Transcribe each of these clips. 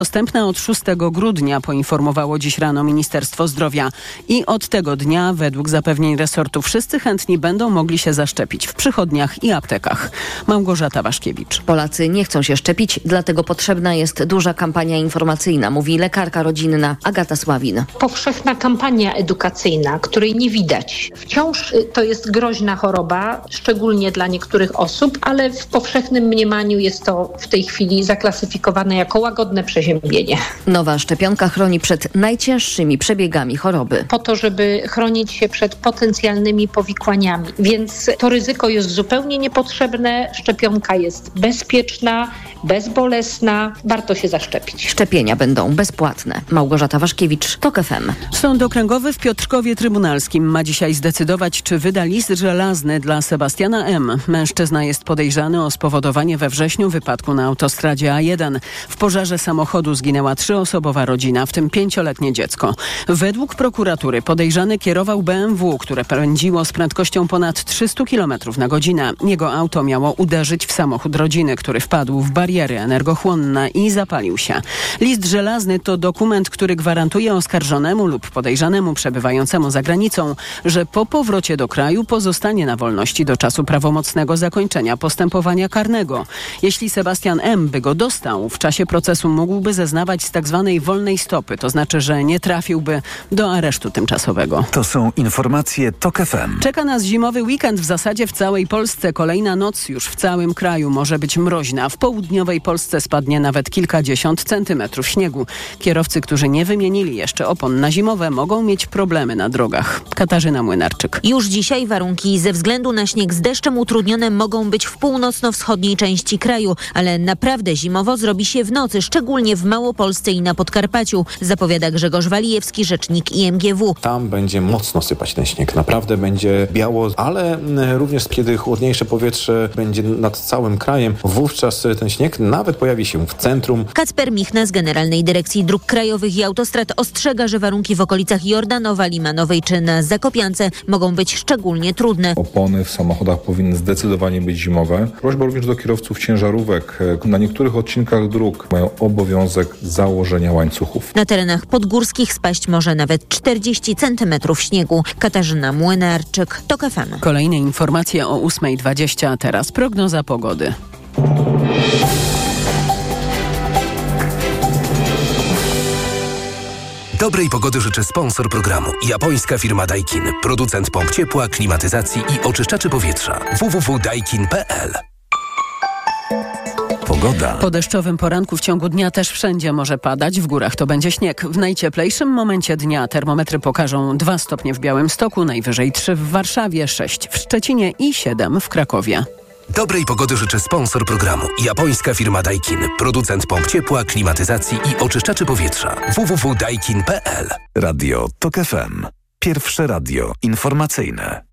Dostępna od 6 grudnia, poinformowało dziś rano Ministerstwo Zdrowia. I od tego dnia, według zapewnień resortu, wszyscy chętni będą mogli się zaszczepić w przychodniach i aptekach. Małgorzata Waszkiewicz. Polacy nie chcą się szczepić, dlatego potrzebna jest duża kampania informacyjna, mówi lekarka rodzinna Agata Sławin. Powszechna kampania edukacyjna, której nie widać. Wciąż to jest groźna choroba, szczególnie dla niektórych osób, ale w powszechnym mniemaniu jest to w tej chwili zaklasyfikowane jako łagodne przeziębienie. Nowa szczepionka chroni przed najcięższymi przebiegami choroby. Po to, żeby chronić się przed potencjalnymi powikłaniami. Więc to ryzyko jest zupełnie niepotrzebne. Szczepionka jest bezpieczna, bezbolesna. Warto się zaszczepić. Szczepienia będą bezpłatne. Małgorzata Waszkiewicz, TOK FM. Sąd okręgowy w Piotrkowie Trybunalskim ma dzisiaj zdecydować, czy wyda list żelazny dla Sebastiana M. Mężczyzna jest podejrzany o spowodowanie we wrześniu wypadku na autostradzie A1. W pożarze samochodu zginęła 3-osobowa rodzina, w tym 5-letnie dziecko. Według prokuratury podejrzany kierował BMW, które pędziło z prędkością ponad 300 km na godzinę. Jego auto miało uderzyć w samochód rodziny, który wpadł w bariery energochłonne i zapalił się. List żelazny to dokument, który gwarantuje oskarżonemu lub podejrzanemu przebywającemu za granicą, że po powrocie do kraju pozostanie na wolności do czasu prawomocnego zakończenia postępowania karnego. Jeśli Sebastian M. by go dostał, w czasie procesu mógłby zeznawać z tzw. wolnej stopy, to znaczy, że nie trafiłby do aresztu tymczasowego. To są informacje TOK FM. Czeka nas zimowy weekend w zasadzie w całej Polsce. Kolejna noc już w całym kraju może być mroźna. W południowej Polsce spadnie nawet kilkadziesiąt centymetrów śniegu. Kierowcy, którzy nie wymienili jeszcze opon na zimowe, mogą mieć problemy na drogach. Katarzyna Młynarczyk. Już dzisiaj warunki ze względu na śnieg z deszczem utrudnione mogą być w północno-wschodniej części kraju, ale naprawdę zimowo zrobi się w nocy, szczególnie w Małopolsce i na Podkarpaciu, zapowiada Grzegorz Walijewski, rzecznik IMGW. Tam będzie mocno sypać ten śnieg. Naprawdę będzie biało, ale również kiedy chłodniejsze powietrze będzie nad całym krajem, wówczas ten śnieg nawet pojawi się w centrum. Kacper Michna z Generalnej Dyrekcji Dróg Krajowych i Autostrad ostrzega, że warunki w okolicach Jordanowa, Limanowej czy na Zakopiance mogą być szczególnie trudne. Opony w samochodach powinny zdecydowanie być zimowe. Prośba również do kierowców ciężarówek. Na niektórych odcinkach dróg mają obowiązek założenia łańcuchów. Na terenach podgórskich spaść może nawet 40 centymetrów śniegu. Katarzyna Młynarczyk, TOK FM. Kolejne informacje o 8:20, a teraz prognoza pogody. Dobrej pogody życzy sponsor programu. Japońska firma Daikin. Producent pomp ciepła, klimatyzacji i oczyszczaczy powietrza. www.daikin.pl. Pogoda. Po deszczowym poranku w ciągu dnia też wszędzie może padać. W górach to będzie śnieg. W najcieplejszym momencie dnia termometry pokażą 2 stopnie w Białymstoku, najwyżej 3 w Warszawie, 6 w Szczecinie i 7 w Krakowie. Dobrej pogody życzy sponsor programu. Japońska firma Daikin. Producent pomp ciepła, klimatyzacji i oczyszczaczy powietrza. www.daikin.pl. Radio TOK FM. Pierwsze radio informacyjne.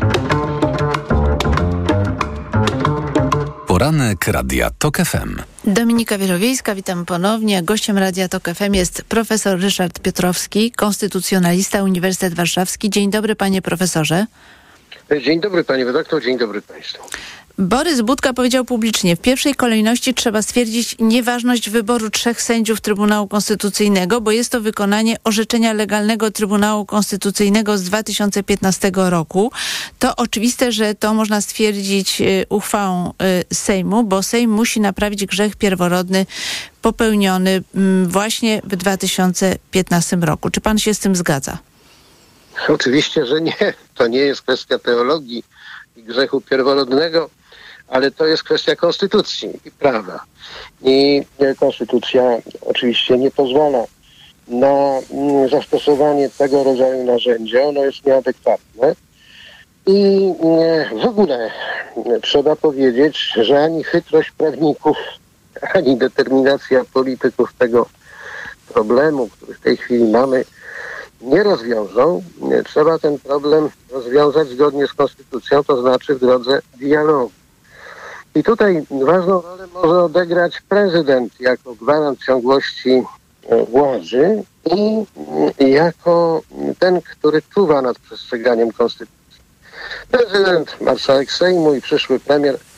Poranek Radia TOK FM. Dominika Wielowiejska, witam ponownie. Gościem Radia TOK FM jest profesor Ryszard Piotrowski, konstytucjonalista, Uniwersytet Warszawski. Dzień dobry, panie profesorze. Dzień dobry, panie redaktor, dzień dobry państwu. Borys Budka powiedział publicznie, w pierwszej kolejności trzeba stwierdzić nieważność wyboru 3 sędziów Trybunału Konstytucyjnego, bo jest to wykonanie orzeczenia legalnego Trybunału Konstytucyjnego z 2015 roku. To oczywiste, że to można stwierdzić uchwałą Sejmu, bo Sejm musi naprawić grzech pierworodny popełniony właśnie w 2015 roku. Czy pan się z tym zgadza? Oczywiście, że nie. To nie jest kwestia teologii i grzechu pierworodnego, ale to jest kwestia konstytucji i prawa. I konstytucja oczywiście nie pozwala na zastosowanie tego rodzaju narzędzia. Ono jest nieadekwatne. I w ogóle trzeba powiedzieć, że ani chytrość prawników, ani determinacja polityków tego problemu, który w tej chwili mamy, nie rozwiążą. Trzeba ten problem rozwiązać zgodnie z konstytucją, to znaczy w drodze dialogu. I tutaj ważną rolę może odegrać prezydent jako gwarant ciągłości władzy i jako ten, który czuwa nad przestrzeganiem konstytucji. Prezydent, marszałek Sejmu i przyszły premier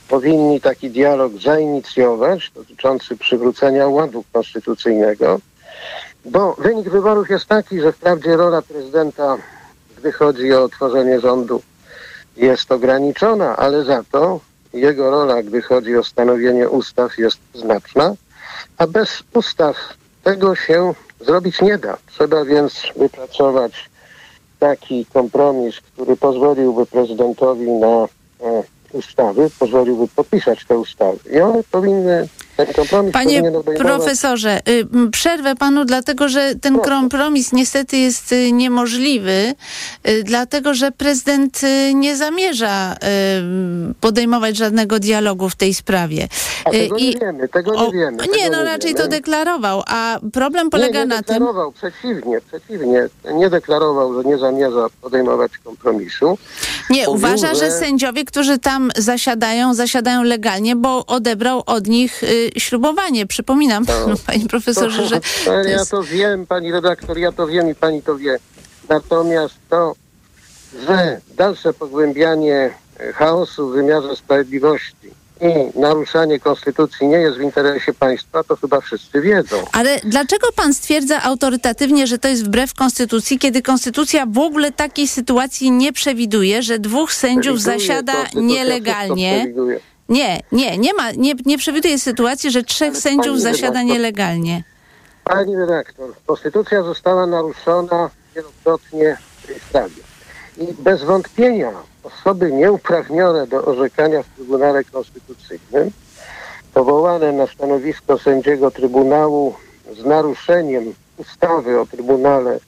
powinni taki dialog zainicjować dotyczący przywrócenia ładu konstytucyjnego, bo wynik wyborów jest taki, że wprawdzie rola prezydenta, gdy chodzi o tworzenie rządu, jest ograniczona, ale za to jego rola, gdy chodzi o stanowienie ustaw, jest znaczna, a bez ustaw tego się zrobić nie da. Trzeba więc wypracować taki kompromis, który pozwoliłby prezydentowi na ustawy, pozwoliłby podpisać te ustawy. I one powinny, ten kompromis Panie powinien obejmować... profesorze, przerwę panu, dlatego że ten kompromis niestety jest niemożliwy, dlatego że prezydent nie zamierza podejmować żadnego dialogu w tej sprawie. A tego nie wiemy, tego nie wiemy. Nie, no raczej to deklarował, a problem polega na tym... Nie deklarował, przeciwnie. Nie deklarował, że nie zamierza podejmować kompromisu. Nie, uważa, że sędziowie, którzy tam zasiadają legalnie, bo odebrał od nich ślubowanie. Przypominam panu, panie profesorze, że... Ja to wiem, pani redaktor, ja to wiem i pani to wie. Natomiast to, że dalsze pogłębianie chaosu w wymiarze sprawiedliwości i naruszanie konstytucji nie jest w interesie państwa, to chyba wszyscy wiedzą. Ale dlaczego pan stwierdza autorytatywnie, że to jest wbrew konstytucji, kiedy konstytucja w ogóle takiej sytuacji nie przewiduje, że dwóch sędziów zasiada nielegalnie? Nie przewiduje sytuacji, że trzech sędziów zasiada nielegalnie. Pani redaktor, konstytucja została naruszona wielokrotnie w tej sprawie. I bez wątpienia osoby nieuprawnione do orzekania w Trybunale Konstytucyjnym, powołane na stanowisko sędziego Trybunału z naruszeniem ustawy o Trybunale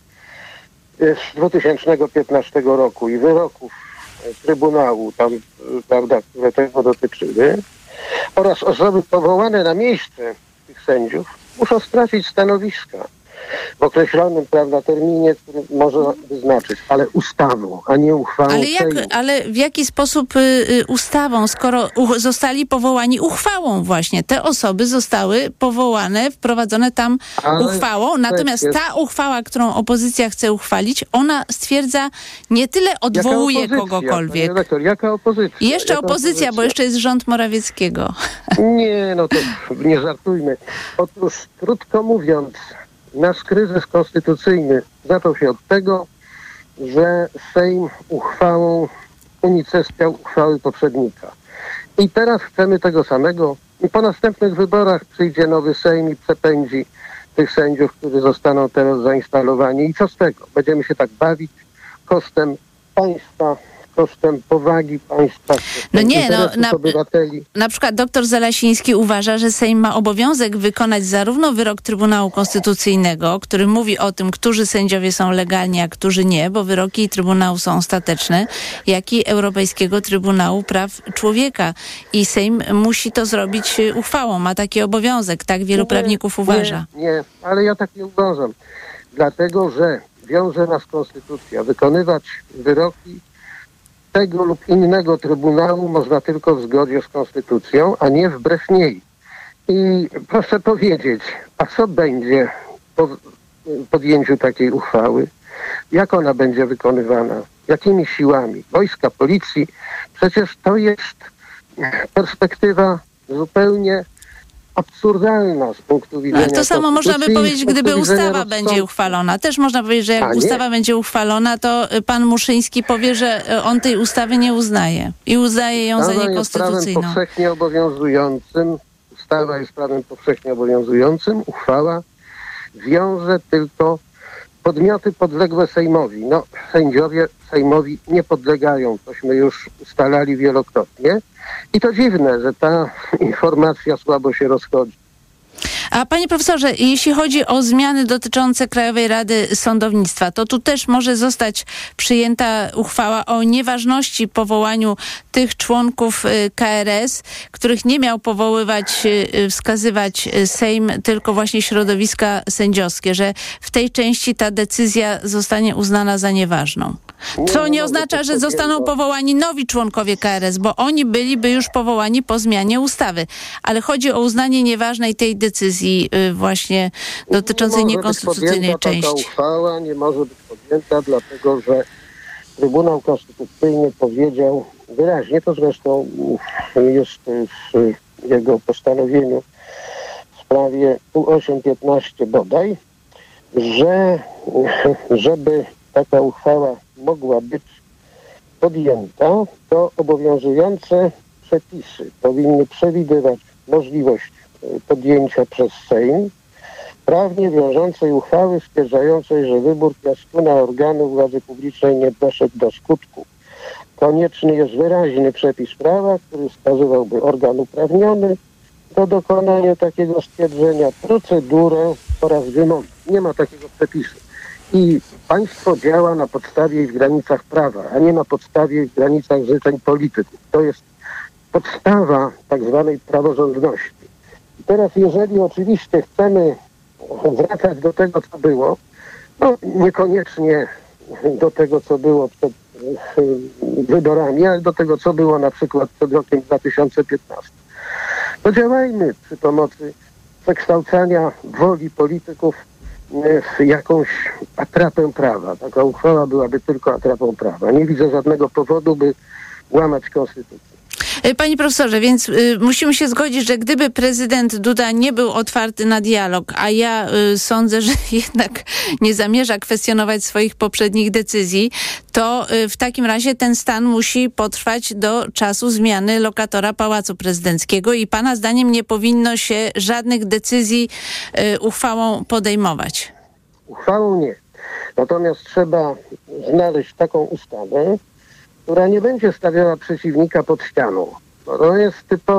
z 2015 roku i wyroków Trybunału, tam, prawda, które tego dotyczyły, oraz osoby powołane na miejsce tych sędziów muszą stracić stanowiska w określonym, prawda, terminie, który może wyznaczyć, ale ustawą, a nie uchwałą. Ale w jaki sposób ustawą, skoro zostali powołani uchwałą właśnie? Te osoby zostały powołane, wprowadzone tam uchwałą, natomiast ta uchwała, którą opozycja chce uchwalić, ona stwierdza, nie tyle odwołuje kogokolwiek. Jaka opozycja? I jeszcze opozycja, bo jeszcze jest rząd Morawieckiego. Nie, no to nie żartujmy. Otóż, krótko mówiąc, nasz kryzys konstytucyjny zaczął się od tego, że Sejm uchwałą unicestwiał uchwały poprzednika. I teraz chcemy tego samego. I po następnych wyborach przyjdzie nowy Sejm i przepędzi tych sędziów, którzy zostaną teraz zainstalowani. I co z tego? Będziemy się tak bawić kosztem państwa, kosztem powagi państwa, obywateli. Na przykład dr Zalasiński uważa, że Sejm ma obowiązek wykonać zarówno wyrok Trybunału Konstytucyjnego, który mówi o tym, którzy sędziowie są legalni, a którzy nie, bo wyroki Trybunału są ostateczne, jak i Europejskiego Trybunału Praw Człowieka. I Sejm musi to zrobić uchwałą, ma taki obowiązek, tak wielu prawników uważa. Nie, ale ja tak nie uważam. Dlatego, że wiąże nas konstytucja. Wykonywać wyroki tego lub innego trybunału można tylko w zgodzie z konstytucją, a nie wbrew niej. I proszę powiedzieć, a co będzie po podjęciu takiej uchwały? Jak ona będzie wykonywana? Jakimi siłami? Wojska, policji? Przecież to jest perspektywa zupełnie absurdalna z punktu widzenia... To samo można by powiedzieć, gdyby ustawa będzie uchwalona. Też można powiedzieć, że jak ustawa będzie uchwalona, to pan Muszyński powie, że on tej ustawy nie uznaje. I uznaje ją za niekonstytucyjną. Jest prawem powszechnie obowiązującym. Ustawa jest prawem powszechnie obowiązującym. Uchwała wiąże tylko podmioty podległe Sejmowi. No, sędziowie Sejmowi nie podlegają. Tośmy już ustalali wielokrotnie. I to dziwne, że ta informacja słabo się rozchodzi. A panie profesorze, jeśli chodzi o zmiany dotyczące Krajowej Rady Sądownictwa, to tu też może zostać przyjęta uchwała o nieważności powołaniu tych członków KRS, których nie miał powoływać, wskazywać Sejm, tylko właśnie środowiska sędziowskie, że w tej części ta decyzja zostanie uznana za nieważną. Co nie oznacza, że zostaną powołani nowi członkowie KRS, bo oni byliby już powołani po zmianie ustawy. Ale chodzi o uznanie nieważnej tej decyzji właśnie dotyczącej niekonstytucyjnej części. Taka uchwała nie może być podjęta, dlatego że Trybunał Konstytucyjny powiedział wyraźnie, to zresztą jest w jego postanowieniu w sprawie U815 bodaj, że żeby taka uchwała mogła być podjęta, to obowiązujące przepisy powinny przewidywać możliwość podjęcia przez Sejm prawnie wiążącej uchwały stwierdzającej, że wybór piastuna organu władzy publicznej nie doszedł do skutku. Konieczny jest wyraźny przepis prawa, który wskazywałby organ uprawniony do dokonania takiego stwierdzenia, procedurę oraz wymogi. Nie ma takiego przepisu. I państwo działa na podstawie i w granicach prawa, a nie na podstawie i w granicach życzeń polityków. To jest podstawa tak zwanej praworządności. I teraz jeżeli oczywiście chcemy wracać do tego, co było, no niekoniecznie do tego, co było przed wyborami, ale do tego, co było na przykład przed rokiem 2015. To działajmy przy pomocy przekształcania woli polityków w jakąś atrapę prawa. Taka uchwała byłaby tylko atrapą prawa. Nie widzę żadnego powodu, by łamać konstytucję. Panie profesorze, więc musimy się zgodzić, że gdyby prezydent Duda nie był otwarty na dialog, a ja sądzę, że jednak nie zamierza kwestionować swoich poprzednich decyzji, to w takim razie ten stan musi potrwać do czasu zmiany lokatora Pałacu Prezydenckiego i pana zdaniem nie powinno się żadnych decyzji uchwałą podejmować. Uchwałą nie. Natomiast trzeba znaleźć taką ustawę, która nie będzie stawiała przeciwnika pod ścianą. Bo to jest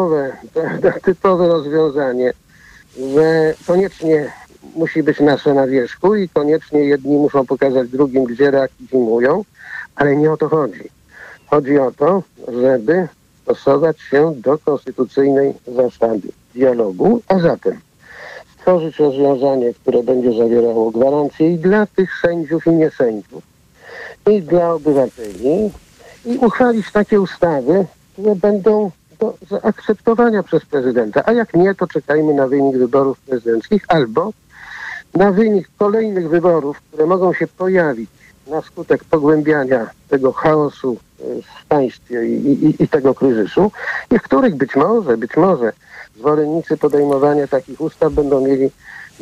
typowe rozwiązanie, że koniecznie musi być nasze na wierzchu i koniecznie jedni muszą pokazać drugim, gdzie raki zimują, ale nie o to chodzi. Chodzi o to, żeby stosować się do konstytucyjnej zasady dialogu, a zatem stworzyć rozwiązanie, które będzie zawierało gwarancje i dla tych sędziów i niesędziów, i dla obywateli, i uchwalić takie ustawy, które będą do zaakceptowania przez prezydenta. A jak nie, to czekajmy na wynik wyborów prezydenckich albo na wynik kolejnych wyborów, które mogą się pojawić na skutek pogłębiania tego chaosu w państwie i tego kryzysu, i w których być może zwolennicy podejmowania takich ustaw będą mieli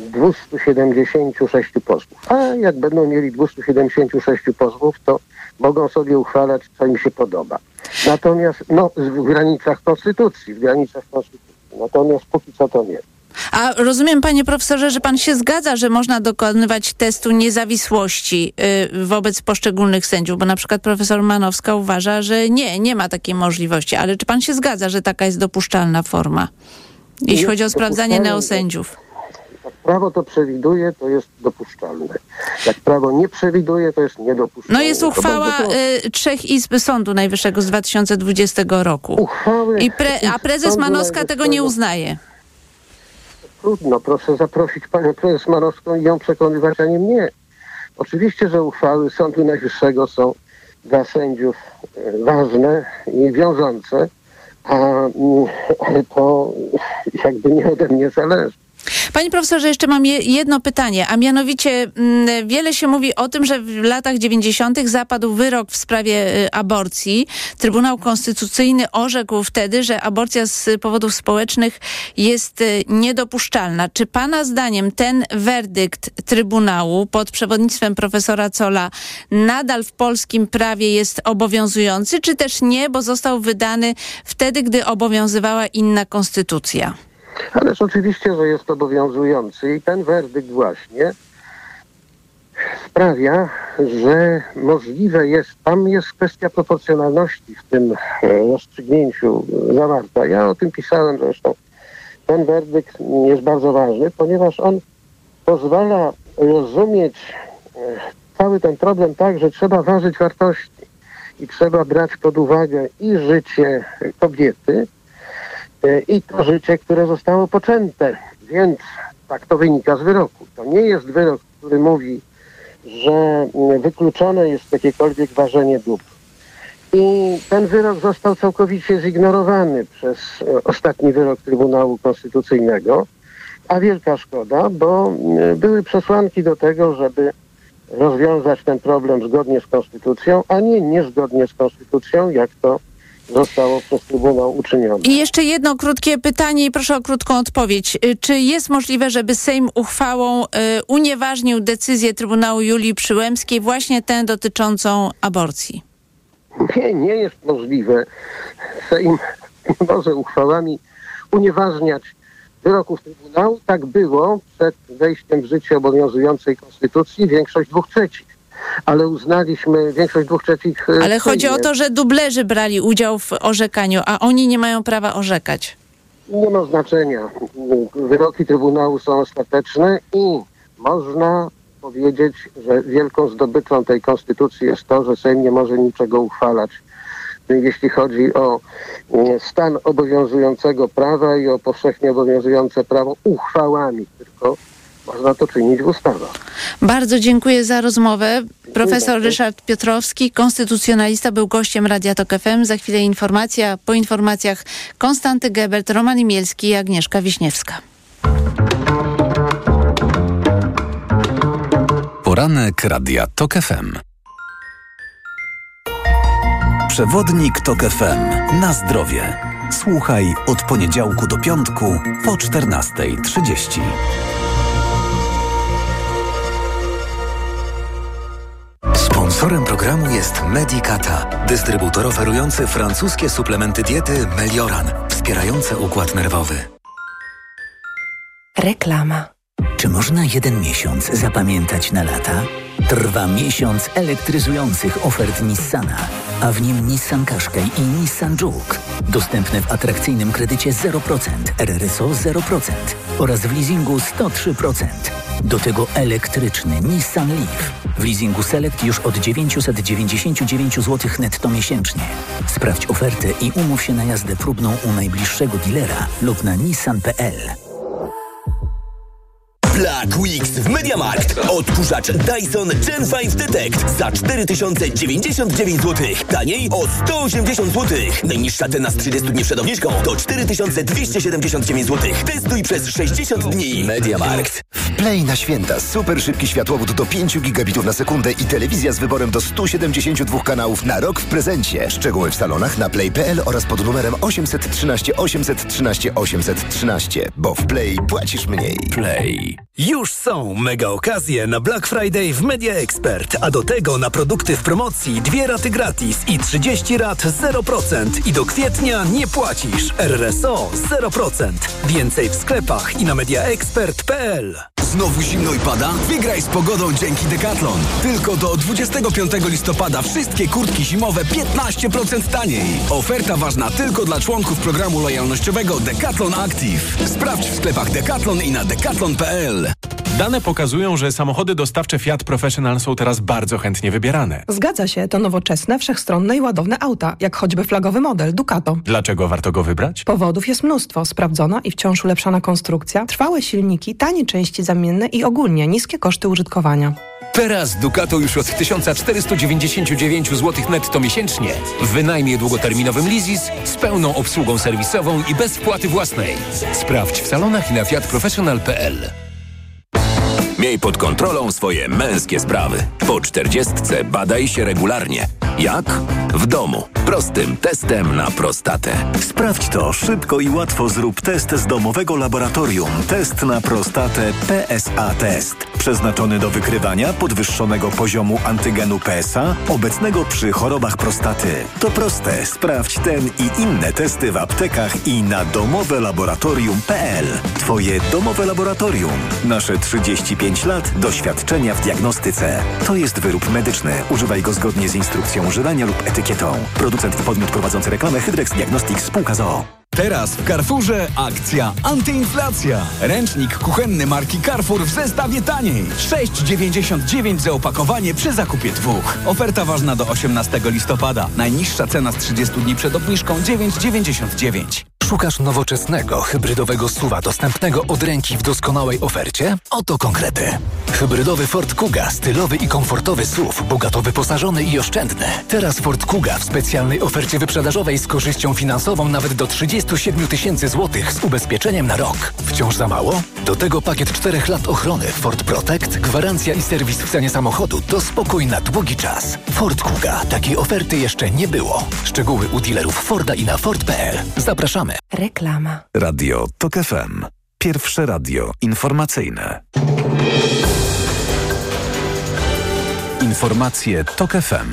276 posłów. A jak będą mieli 276 posłów, to mogą sobie uchwalać, co im się podoba. Natomiast, w granicach konstytucji. Natomiast póki co to nie. A rozumiem, panie profesorze, że pan się zgadza, że można dokonywać testu niezawisłości wobec poszczególnych sędziów, bo na przykład profesor Manowska uważa, że nie ma takiej możliwości. Ale czy pan się zgadza, że taka jest dopuszczalna forma, jeśli chodzi o sprawdzanie neosędziów? Jak prawo to przewiduje, to jest dopuszczalne. Jak prawo nie przewiduje, to jest niedopuszczalne. No jest uchwała 3 izb Sądu Najwyższego z 2020 roku. A prezes Manowska tego nie uznaje. Trudno, proszę zaprosić panią prezes Manowską i ją przekonywać, a nie mnie. Oczywiście, że uchwały Sądu Najwyższego są dla sędziów ważne i wiążące, ale to jakby nie ode mnie zależy. Panie profesorze, jeszcze mam jedno pytanie, a mianowicie wiele się mówi o tym, że w latach 90. zapadł wyrok w sprawie aborcji. Trybunał Konstytucyjny orzekł wtedy, że aborcja z powodów społecznych jest niedopuszczalna. Czy pana zdaniem ten werdykt Trybunału pod przewodnictwem profesora Zolla nadal w polskim prawie jest obowiązujący, czy też nie, bo został wydany wtedy, gdy obowiązywała inna konstytucja? Ależ oczywiście, że jest obowiązujący i ten werdykt właśnie sprawia, że możliwe jest, tam jest kwestia proporcjonalności w tym rozstrzygnięciu zawarta. Ja o tym pisałem zresztą. Ten werdykt jest bardzo ważny, ponieważ on pozwala rozumieć cały ten problem tak, że trzeba ważyć wartości i trzeba brać pod uwagę i życie kobiety, i to życie, które zostało poczęte. Więc tak to wynika z wyroku. To nie jest wyrok, który mówi, że wykluczone jest jakiekolwiek ważenie dóbr. I ten wyrok został całkowicie zignorowany przez ostatni wyrok Trybunału Konstytucyjnego, a wielka szkoda, bo były przesłanki do tego, żeby rozwiązać ten problem zgodnie z konstytucją, a nie niezgodnie z konstytucją, jak to zostało przez Trybunał uczynione. I jeszcze jedno krótkie pytanie i proszę o krótką odpowiedź. Czy jest możliwe, żeby Sejm uchwałą unieważnił decyzję Trybunału Julii Przyłębskiej, właśnie tę dotyczącą aborcji? Nie jest możliwe. Sejm może uchwałami unieważniać wyroków Trybunału. Tak było przed wejściem w życie obowiązującej konstytucji, większość 2/3. Ale uznaliśmy większość 2/3. Ale chodzi o to, że dublerzy brali udział w orzekaniu, a oni nie mają prawa orzekać. Nie ma znaczenia. Wyroki Trybunału są ostateczne i można powiedzieć, że wielką zdobyczą tej konstytucji jest to, że Sejm nie może niczego uchwalać. Jeśli chodzi o stan obowiązującego prawa i o powszechnie obowiązujące prawo uchwałami, tylko można to czynić w ustawach. Bardzo dziękuję za rozmowę. Profesor Ryszard Piotrowski, konstytucjonalista, był gościem Radia Tok FM. Za chwilę informacja. Po informacjach Konstanty Gebert, Roman Imielski i Agnieszka Wiśniewska. Poranek Radia Tok FM. Przewodnik Tok FM. Na zdrowie. Słuchaj od poniedziałku do piątku po 14:30. Sponsorem programu jest Medicata, dystrybutor oferujący francuskie suplementy diety Melioran, wspierające układ nerwowy. Reklama. Czy można jeden miesiąc zapamiętać na lata? Trwa miesiąc elektryzujących ofert Nissana, a w nim Nissan Qashqai i Nissan Juke. Dostępne w atrakcyjnym kredycie 0%, RRSO 0% oraz w leasingu 103%. Do tego elektryczny Nissan Leaf. W leasingu Select już od 999 zł netto miesięcznie. Sprawdź ofertę i umów się na jazdę próbną u najbliższego dealera lub na nissan.pl. Black Weeks w MediaMarkt. Odkurzacz Dyson Gen 5 Detect za 4099 zł. Taniej o 180 zł. Najniższa cena z 30 dni przed obniżką to 4279 zł. Testuj przez 60 dni. MediaMarkt. W Play na święta super szybki światłowód do 5 gigabitów na sekundę i telewizja z wyborem do 172 kanałów na rok w prezencie. Szczegóły w salonach na play.pl oraz pod numerem 813 813 813. Bo w Play płacisz mniej. Play. Już są mega okazje na Black Friday w Media Expert, a do tego na produkty w promocji 2 raty gratis i 30 rat 0% i do kwietnia nie płacisz. RRSO 0%. Więcej w sklepach i na mediaexpert.pl. Znowu zimno i pada? Wygraj z pogodą dzięki Decathlon. Tylko do 25 listopada wszystkie kurtki zimowe 15% taniej. Oferta ważna tylko dla członków programu lojalnościowego Decathlon Active. Sprawdź w sklepach Decathlon i na decathlon.pl. Dane pokazują, że samochody dostawcze Fiat Professional są teraz bardzo chętnie wybierane. Zgadza się, to nowoczesne, wszechstronne i ładowne auta, jak choćby flagowy model Ducato. Dlaczego warto go wybrać? Powodów jest mnóstwo. Sprawdzona i wciąż ulepszana konstrukcja, trwałe silniki, tanie części zamienne i ogólnie niskie koszty użytkowania. Teraz Ducato już od 1499 zł netto miesięcznie. W wynajmie długoterminowym Leasys z pełną obsługą serwisową i bez wpłaty własnej. Sprawdź w salonach i na fiatprofessional.pl. Miej pod kontrolą swoje męskie sprawy. Po 40 badaj się regularnie. Jak? W domu. Prostym testem na prostatę. Sprawdź to szybko i łatwo. Zrób test z domowego laboratorium. Test na prostatę PSA Test. Przeznaczony do wykrywania podwyższonego poziomu antygenu PSA obecnego przy chorobach prostaty. To proste. Sprawdź ten i inne testy w aptekach i na domowelaboratorium.pl. Twoje domowe laboratorium. Nasze 35 lat doświadczenia w diagnostyce. To jest wyrób medyczny. Używaj go zgodnie z instrukcją używania lub etykietą. Producent i podmiot prowadzący reklamę Hydrex Diagnostics Spółka z o.o. Teraz w Carrefourze akcja antyinflacja. Ręcznik kuchenny marki Carrefour w zestawie taniej. 6,99 za opakowanie przy zakupie 2. Oferta ważna do 18 listopada. Najniższa cena z 30 dni przed obniżką 9,99. Szukasz nowoczesnego, hybrydowego SUV-a dostępnego od ręki w doskonałej ofercie? Oto konkrety. Hybrydowy Ford Kuga, stylowy i komfortowy SUV, bogato wyposażony i oszczędny. Teraz Ford Kuga w specjalnej ofercie wyprzedażowej z korzyścią finansową nawet do 37 000 złotych z ubezpieczeniem na rok. Wciąż za mało? Do tego pakiet 4 lat ochrony Ford Protect, gwarancja i serwis w cenie samochodu to spokój na długi czas. Ford Kuga. Takiej oferty jeszcze nie było. Szczegóły u dealerów Forda i na Ford.pl. Zapraszamy. Reklama. Radio TOK FM. Pierwsze radio informacyjne. Informacje TOK FM.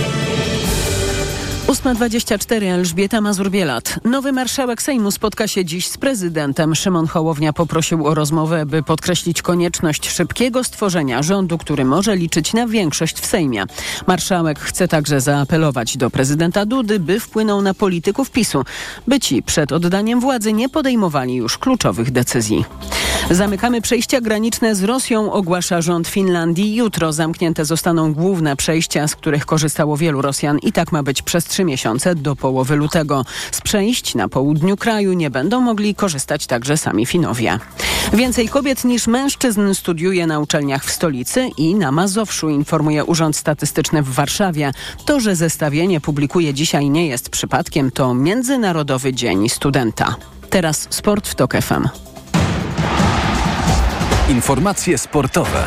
8:24. Elżbieta Mazur-Bielat. Nowy marszałek Sejmu spotka się dziś z prezydentem. Szymon Hołownia poprosił o rozmowę, by podkreślić konieczność szybkiego stworzenia rządu, który może liczyć na większość w Sejmie. Marszałek chce także zaapelować do prezydenta Dudy, by wpłynął na polityków PiS-u, by ci przed oddaniem władzy nie podejmowali już kluczowych decyzji. Zamykamy przejścia graniczne z Rosją, ogłasza rząd Finlandii. Jutro zamknięte zostaną główne przejścia, z których korzystało wielu Rosjan i tak ma być przez 3 miesiące do połowy lutego. Z przejść na południu kraju nie będą mogli korzystać także sami Finowie. Więcej kobiet niż mężczyzn studiuje na uczelniach w stolicy i na Mazowszu, informuje Urząd Statystyczny w Warszawie. To, że zestawienie publikuje dzisiaj, nie jest przypadkiem, to Międzynarodowy Dzień Studenta. Teraz sport w TOK FM. Informacje sportowe.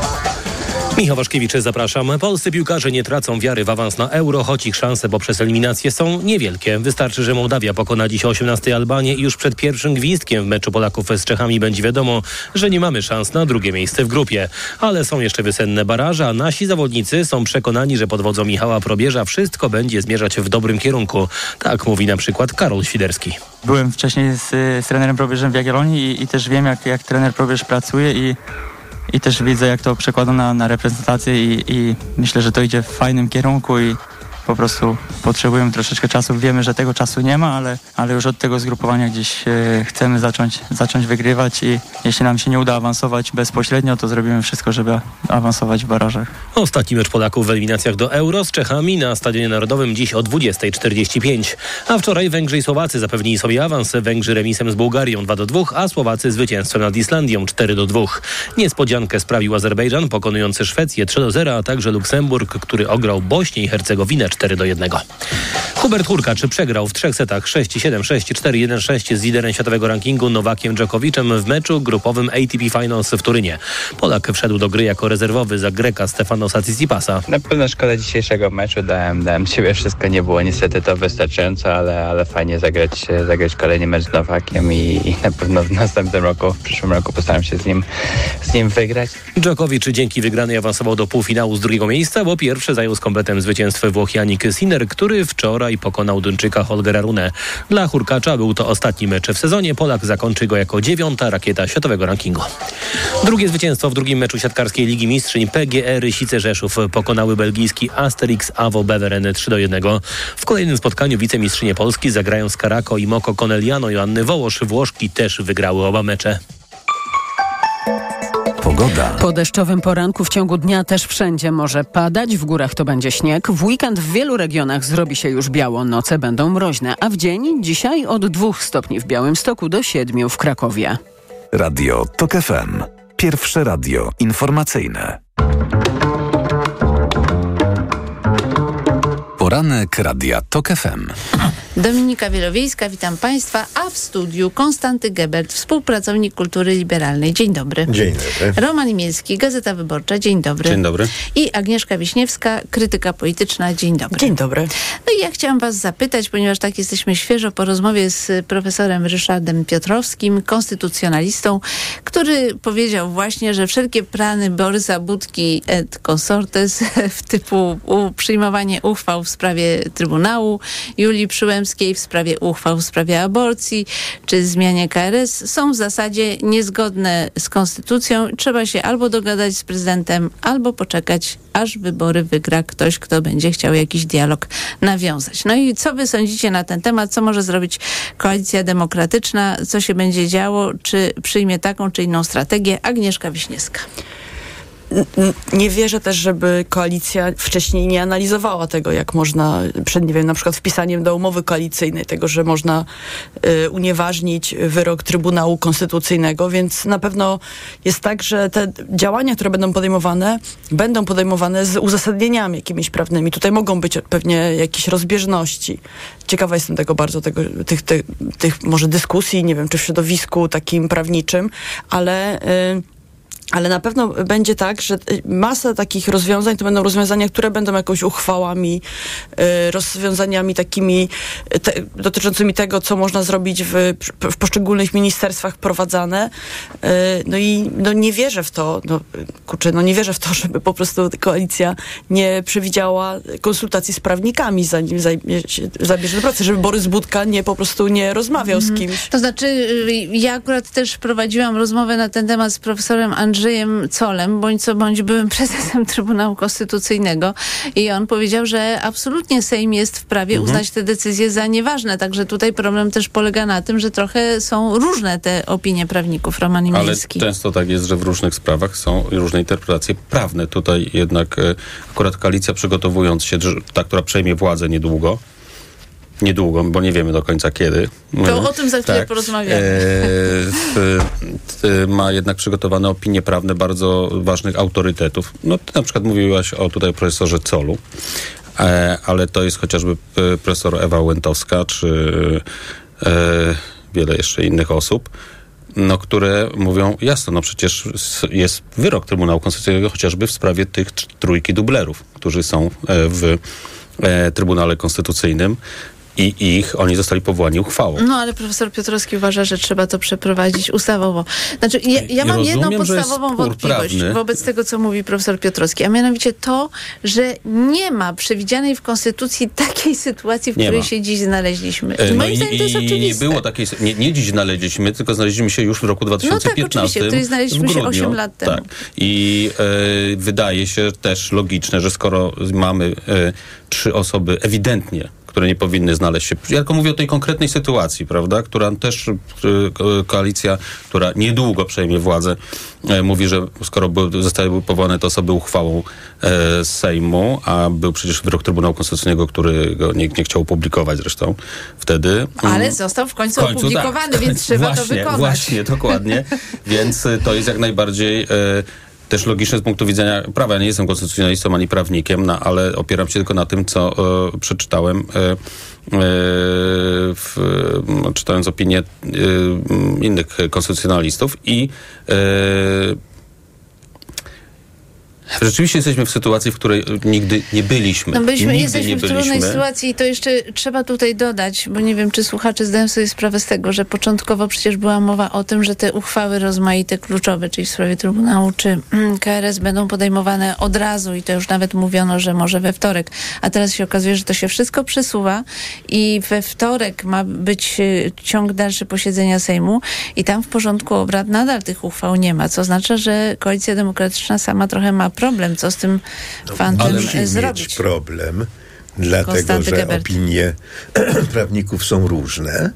Michał Waszkiewicz, zapraszam. Polscy piłkarze nie tracą wiary w awans na Euro, choć ich szanse poprzez eliminację są niewielkie. Wystarczy, że Mołdawia pokona dziś o 18 Albanię i już przed pierwszym gwizdkiem w meczu Polaków z Czechami będzie wiadomo, że nie mamy szans na drugie miejsce w grupie. Ale są jeszcze wysenne baraże, a nasi zawodnicy są przekonani, że pod wodzą Michała Probierza wszystko będzie zmierzać w dobrym kierunku. Tak mówi na przykład Karol Świderski. Byłem wcześniej z trenerem Probierzem w Jagiellonii i też wiem, jak trener Probierz pracuje i też widzę, jak to przekłada na reprezentację i myślę, że to idzie w fajnym kierunku i po prostu potrzebujemy troszeczkę czasu. Wiemy, że tego czasu nie ma, ale już od tego zgrupowania gdzieś chcemy zacząć wygrywać i jeśli nam się nie uda awansować bezpośrednio, to zrobimy wszystko, żeby awansować w barażach. Ostatni mecz Polaków w eliminacjach do Euro z Czechami na Stadionie Narodowym dziś o 20:45. A wczoraj Węgrzy i Słowacy zapewnili sobie awans. Węgrzy remisem z Bułgarią 2-2, a Słowacy zwycięstwem nad Islandią 4-2. Niespodziankę sprawił Azerbejdżan pokonujący Szwecję 3-0, a także Luksemburg, który ograł Bośnię i Hercegowinę 4-1. Hubert Hurkacz przegrał w 3 setach 6-7, 6-4, 1-6 z liderem światowego rankingu Nowakiem Dżokowiczem w meczu grupowym ATP Finals w Turynie. Polak wszedł do gry jako rezerwowy za Greka Stefanosa Tsitsipasa. Na pewno szkoda dzisiejszego meczu, dałem siebie wszystko, nie było niestety to wystarczająco, ale fajnie zagrać kolejny mecz z Nowakiem i na pewno w następnym roku, w przyszłym roku postaram się z nim wygrać. Dżokowicz dzięki wygranej awansował do półfinału z drugiego miejsca, bo pierwszy zajął z kompletem zwycięstwo Włoch Jannik Sinner, który wczoraj pokonał Duńczyka Holgera Rune. Dla Hurkacza był to ostatni mecz w sezonie. Polak zakończy go jako 9. rakieta światowego rankingu. Drugie zwycięstwo w drugim meczu siatkarskiej Ligi Mistrzyń PGE Rysice Rzeszów pokonały belgijski Asterix Avo Beveren 3-1. W kolejnym spotkaniu wicemistrzynie Polski zagrają z Caracco i Moco Conegliano Joanny Wołosz. Włoszki też wygrały oba mecze. Pogoda. Po deszczowym poranku w ciągu dnia też wszędzie może padać, w górach to będzie śnieg. W weekend w wielu regionach zrobi się już biało, noce będą mroźne, a w dzień dzisiaj od 2 stopni w Białymstoku do 7 w Krakowie. Radio TOK FM. Pierwsze radio informacyjne. Poranek Radia TOK FM. Dominika Wielowiejska, witam Państwa, a w studiu Konstanty Gebert, współpracownik Kultury Liberalnej. Dzień dobry. Dzień dobry. Roman Imielski, Gazeta Wyborcza. Dzień dobry. Dzień dobry. I Agnieszka Wiśniewska, krytyka polityczna. Dzień dobry. Dzień dobry. No i ja chciałam Was zapytać, ponieważ tak jesteśmy świeżo po rozmowie z profesorem Ryszardem Piotrowskim, konstytucjonalistą, który powiedział właśnie, że wszelkie plany Borysa Budki et consortes w typu przyjmowanie uchwał w sprawie Trybunału, Julii Przyłębskiej w sprawie uchwał w sprawie aborcji czy zmianie KRS są w zasadzie niezgodne z konstytucją. Trzeba się albo dogadać z prezydentem, albo poczekać, aż wybory wygra ktoś, kto będzie chciał jakiś dialog nawiązać. No i co wy sądzicie na ten temat? Co może zrobić Koalicja Demokratyczna? Co się będzie działo? Czy przyjmie taką czy inną strategię? Agnieszka Wiśniewska. Nie wierzę też, żeby koalicja wcześniej nie analizowała tego, jak można przed, nie wiem, na przykład wpisaniem do umowy koalicyjnej tego, że można unieważnić wyrok Trybunału Konstytucyjnego, więc na pewno jest tak, że te działania, które będą podejmowane z uzasadnieniami jakimiś prawnymi. Tutaj mogą być pewnie jakieś rozbieżności. Ciekawa jestem tego bardzo, tych może dyskusji, nie wiem, czy w środowisku takim prawniczym, ale na pewno będzie tak, że masa takich rozwiązań to będą rozwiązania, które będą jakąś uchwałami, rozwiązaniami takimi dotyczącymi tego, co można zrobić w poszczególnych ministerstwach wprowadzane. Nie wierzę w to, nie wierzę w to, żeby po prostu koalicja nie przewidziała konsultacji z prawnikami, zanim zabierze do pracy, żeby Borys Budka po prostu nie rozmawiał z kimś. To znaczy, ja akurat też prowadziłam rozmowę na ten temat z profesorem Andrzejem Colem, bądź co bądź byłym prezesem Trybunału Konstytucyjnego i on powiedział, że absolutnie Sejm jest w prawie uznać te decyzje za nieważne. Także tutaj problem też polega na tym, że trochę są różne te opinie prawników. Roman Imielski. Ale często tak jest, że w różnych sprawach są różne interpretacje prawne. Tutaj jednak akurat koalicja, przygotowując się, ta, która przejmie władzę niedługo, bo nie wiemy do końca kiedy. To o tym za chwilę porozmawiamy. Ma jednak przygotowane opinie prawne bardzo ważnych autorytetów. No, ty na przykład mówiłaś o tutaj profesorze Colu, ale to jest chociażby profesor Ewa Łętowska, czy wiele jeszcze innych osób, które mówią, jasno, przecież jest wyrok Trybunału Konstytucyjnego chociażby w sprawie tych trójki dublerów, którzy są w Trybunale Konstytucyjnym. I oni zostali powołani uchwałą. No, ale profesor Piotrowski uważa, że trzeba to przeprowadzić ustawowo. Znaczy, ja mam jedną podstawową wątpliwość wobec tego, co mówi profesor Piotrowski, a mianowicie to, że nie ma przewidzianej w Konstytucji takiej sytuacji, w której się dziś znaleźliśmy. Moim zdaniem to jest oczywiste. Nie było takiej, nie dziś znaleźliśmy, tylko znaleźliśmy się już w roku 2015. No tak, oczywiście, w której znaleźliśmy się 8 lat temu. Tak. I wydaje się też logiczne, że skoro mamy 3 osoby ewidentnie, które nie powinny znaleźć się. Ja tylko mówię o tej konkretnej sytuacji, prawda, która też koalicja, która niedługo przejmie władzę, mówi, że skoro zostały powołane te osoby uchwałą z Sejmu, a był przecież wyrok Trybunału Konstytucyjnego, który go nie chciał opublikować zresztą wtedy. Ale został w końcu opublikowany, tak. Więc trzeba to wykonać. Właśnie, dokładnie. Więc to jest jak najbardziej też logiczne z punktu widzenia prawa. Ja nie jestem konstytucjonalistą ani prawnikiem, ale opieram się tylko na tym, co przeczytałem, czytając opinie innych konstytucjonalistów i rzeczywiście jesteśmy w sytuacji, w której nigdy nie byliśmy. Jesteśmy w trudnej sytuacji i to jeszcze trzeba tutaj dodać, bo nie wiem, czy słuchacze zdają sobie sprawę z tego, że początkowo przecież była mowa o tym, że te uchwały rozmaite, kluczowe, czyli w sprawie Trybunału czy KRS będą podejmowane od razu i to już nawet mówiono, że może we wtorek. A teraz się okazuje, że to się wszystko przesuwa i we wtorek ma być ciąg dalszy posiedzenia Sejmu i tam w porządku obrad nadal tych uchwał nie ma, co oznacza, że Koalicja Demokratyczna sama trochę ma problem, co z tym fantem zrobić. Mieć problem, dlatego że opinie prawników są różne.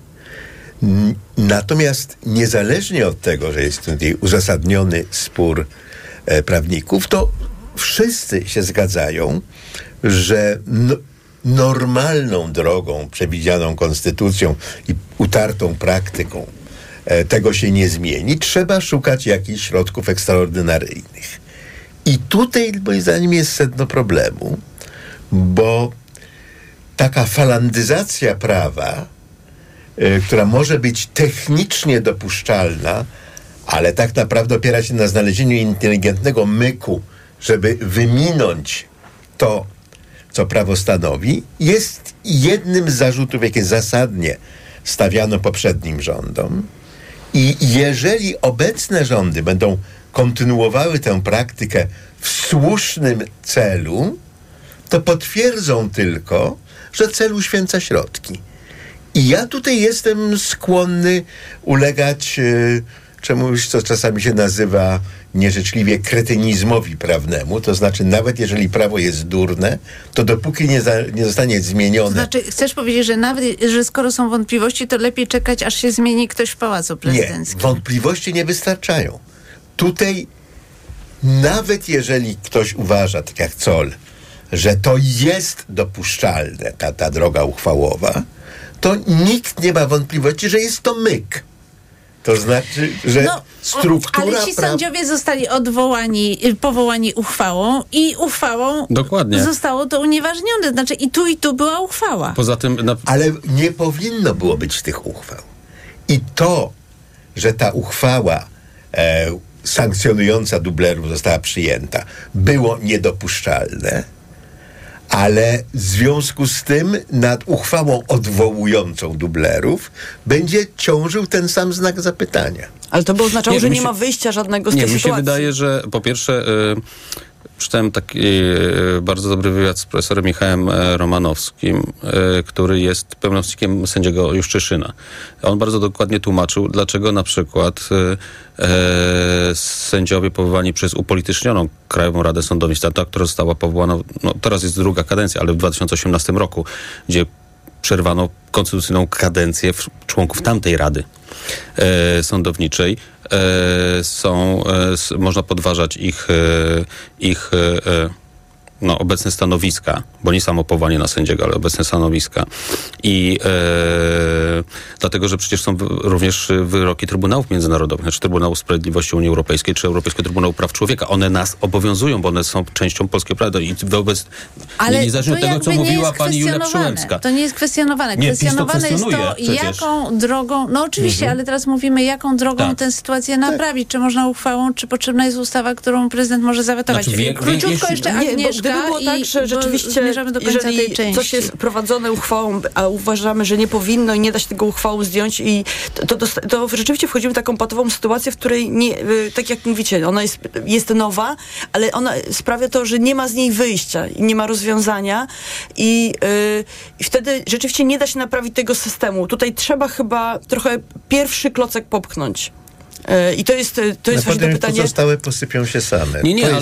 Natomiast niezależnie od tego, że jest tutaj uzasadniony spór prawników, to wszyscy się zgadzają, że normalną drogą przewidzianą konstytucją i utartą praktyką tego się nie zmieni. Trzeba szukać jakichś środków ekstraordynaryjnych. I tutaj, moim zdaniem, jest sedno problemu, bo taka falandyzacja prawa, która może być technicznie dopuszczalna, ale tak naprawdę opiera się na znalezieniu inteligentnego myku, żeby wyminąć to, co prawo stanowi, jest jednym z zarzutów, jakie zasadnie stawiano poprzednim rządom. I jeżeli obecne rządy będą kontynuowały tę praktykę w słusznym celu, to potwierdzą tylko, że cel uświęca środki. I ja tutaj jestem skłonny ulegać czemuś, co czasami się nazywa nieżyczliwie kretynizmowi prawnemu, to znaczy nawet jeżeli prawo jest durne, to dopóki nie zostanie zmienione... To znaczy, chcesz powiedzieć, że nawet, że skoro są wątpliwości, to lepiej czekać, aż się zmieni ktoś w Pałacu Prezydenckim? Nie, wątpliwości nie wystarczają. Tutaj nawet jeżeli ktoś uważa, tak jak Zoll, że to jest dopuszczalne, ta droga uchwałowa, to nikt nie ma wątpliwości, że jest to myk. To znaczy, że struktura... Ale ci sędziowie zostali powołani uchwałą i uchwałą zostało to unieważnione. Znaczy i tu była uchwała. Poza tym... Ale nie powinno było być tych uchwał. I to, że ta uchwała sankcjonująca dublerów została przyjęta, było niedopuszczalne, ale w związku z tym nad uchwałą odwołującą dublerów będzie ciążył ten sam znak zapytania. Ale to by oznaczało, że nie ma wyjścia żadnego z tej sytuacji. Mi się wydaje, że po pierwsze czytałem taki bardzo dobry wywiad z profesorem Michałem Romanowskim, który jest pełnomocnikiem sędziego Juszczyszyna. On bardzo dokładnie tłumaczył, dlaczego na przykład sędziowie powołani przez upolitycznioną Krajową Radę Sądownictwa, ta, która została powołana, teraz jest druga kadencja, ale w 2018 roku, gdzie przerwano konstytucyjną kadencję członków tamtej Rady Sądowniczej, można podważać ich obecne stanowiska, bo nie samo powołanie na sędziego, ale obecne stanowiska. I dlatego, że przecież są również wyroki Trybunałów Międzynarodowych, znaczy Trybunału Sprawiedliwości Unii Europejskiej, czy Europejskiego Trybunału Praw Człowieka. One nas obowiązują, bo one są częścią polskiego prawa. I wobec, niezależnie od tego, co mówiła pani Julia Przyłębska. To nie jest kwestionowane. Kwestionowane jest to, jaką drogą, oczywiście, ale teraz mówimy, jaką drogą tę sytuację naprawić. Czy można uchwałą, czy potrzebna jest ustawa, którą prezydent może zawetować. Króciutko jeszcze Agnieszka. Gdyby było tak, że rzeczywiście, jeżeli coś jest prowadzone uchwałą, a uważamy, że nie powinno i nie da się tego uchwału zdjąć, i to rzeczywiście wchodzimy w taką patową sytuację, w której, tak jak mówicie, ona jest nowa, ale ona sprawia to, że nie ma z niej wyjścia i nie ma rozwiązania i wtedy rzeczywiście nie da się naprawić tego systemu. Tutaj trzeba chyba trochę pierwszy klocek popchnąć. I to jest ważne pytanie. Pozostałe posypią się same.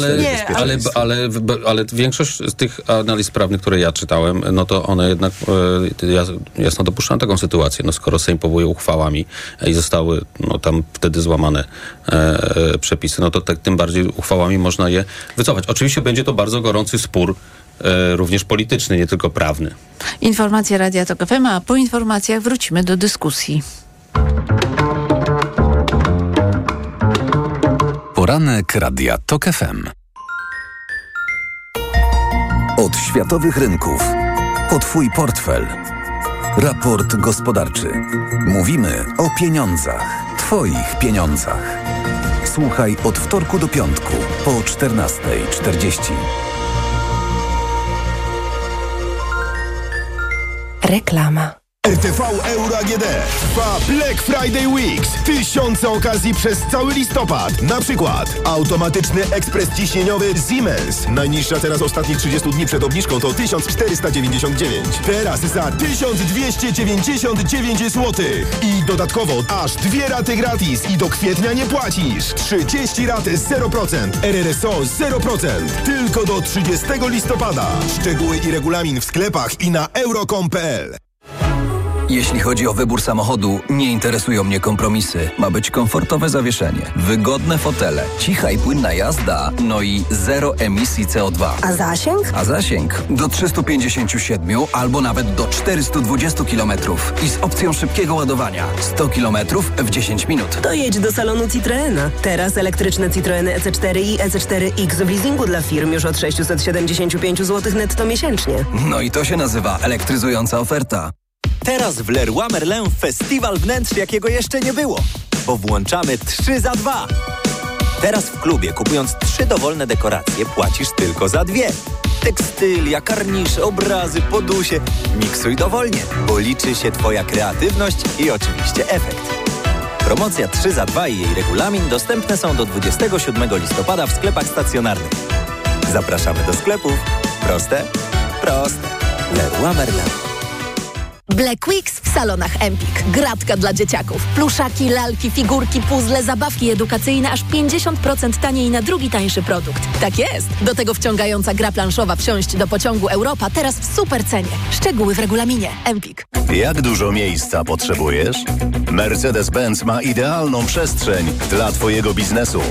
Ale większość z tych analiz prawnych, które ja czytałem, no to one jednak jasno dopuszczają taką sytuację. Skoro Sejm powołuje uchwałami i zostały tam wtedy złamane przepisy, no to tym bardziej uchwałami można je wycofać. Oczywiście będzie to bardzo gorący spór, również polityczny, nie tylko prawny. Informacja Radia Tok FM, a po informacjach wrócimy do dyskusji. Poranek Radia Tok FM. Od światowych rynków po Twój portfel. Raport gospodarczy. Mówimy o pieniądzach. Twoich pieniądzach. Słuchaj od wtorku do piątku po 14:40. Reklama. RTV Euro AGD trwa Black Friday Weeks. Tysiące okazji przez cały listopad. Na przykład automatyczny ekspres ciśnieniowy Siemens. Najniższa teraz ostatnich 30 dni przed obniżką to 1499. Teraz za 1299 zł. I dodatkowo aż 2 raty gratis i do kwietnia nie płacisz. 30 rat 0%. RRSO 0%. Tylko do 30 listopada. Szczegóły i regulamin w sklepach i na euro.com.pl. Jeśli chodzi o wybór samochodu, nie interesują mnie kompromisy. Ma być komfortowe zawieszenie, wygodne fotele, cicha i płynna jazda, no i zero emisji CO2. A zasięg? A zasięg do 357 albo nawet do 420 km i z opcją szybkiego ładowania 100 km w 10 minut. To jedź do salonu Citroena. Teraz elektryczne Citroeny EC4 i EC4X w leasingu dla firm już od 675 zł netto miesięcznie. No i to się nazywa elektryzująca oferta. Teraz w Leroy Merlin festiwal wnętrz, jakiego jeszcze nie było, bo włączamy 3 za 2. Teraz w klubie, kupując 3 dowolne dekoracje, płacisz tylko za 2. Tekstylia, karnisze, obrazy, podusie. Miksuj dowolnie, bo liczy się Twoja kreatywność i oczywiście efekt. Promocja 3 za 2 i jej regulamin dostępne są do 27 listopada w sklepach stacjonarnych. Zapraszamy do sklepów. Proste? Proste. Leroy Merlin. Black Weeks w salonach Empik. Gratka dla dzieciaków. Pluszaki, lalki, figurki, puzzle, zabawki edukacyjne aż 50% taniej na drugi tańszy produkt. Tak jest. Do tego wciągająca gra planszowa Wsiąść do pociągu Europa teraz w super cenie. Szczegóły w regulaminie. Empik. Jak dużo miejsca potrzebujesz? Mercedes-Benz ma idealną przestrzeń dla Twojego biznesu.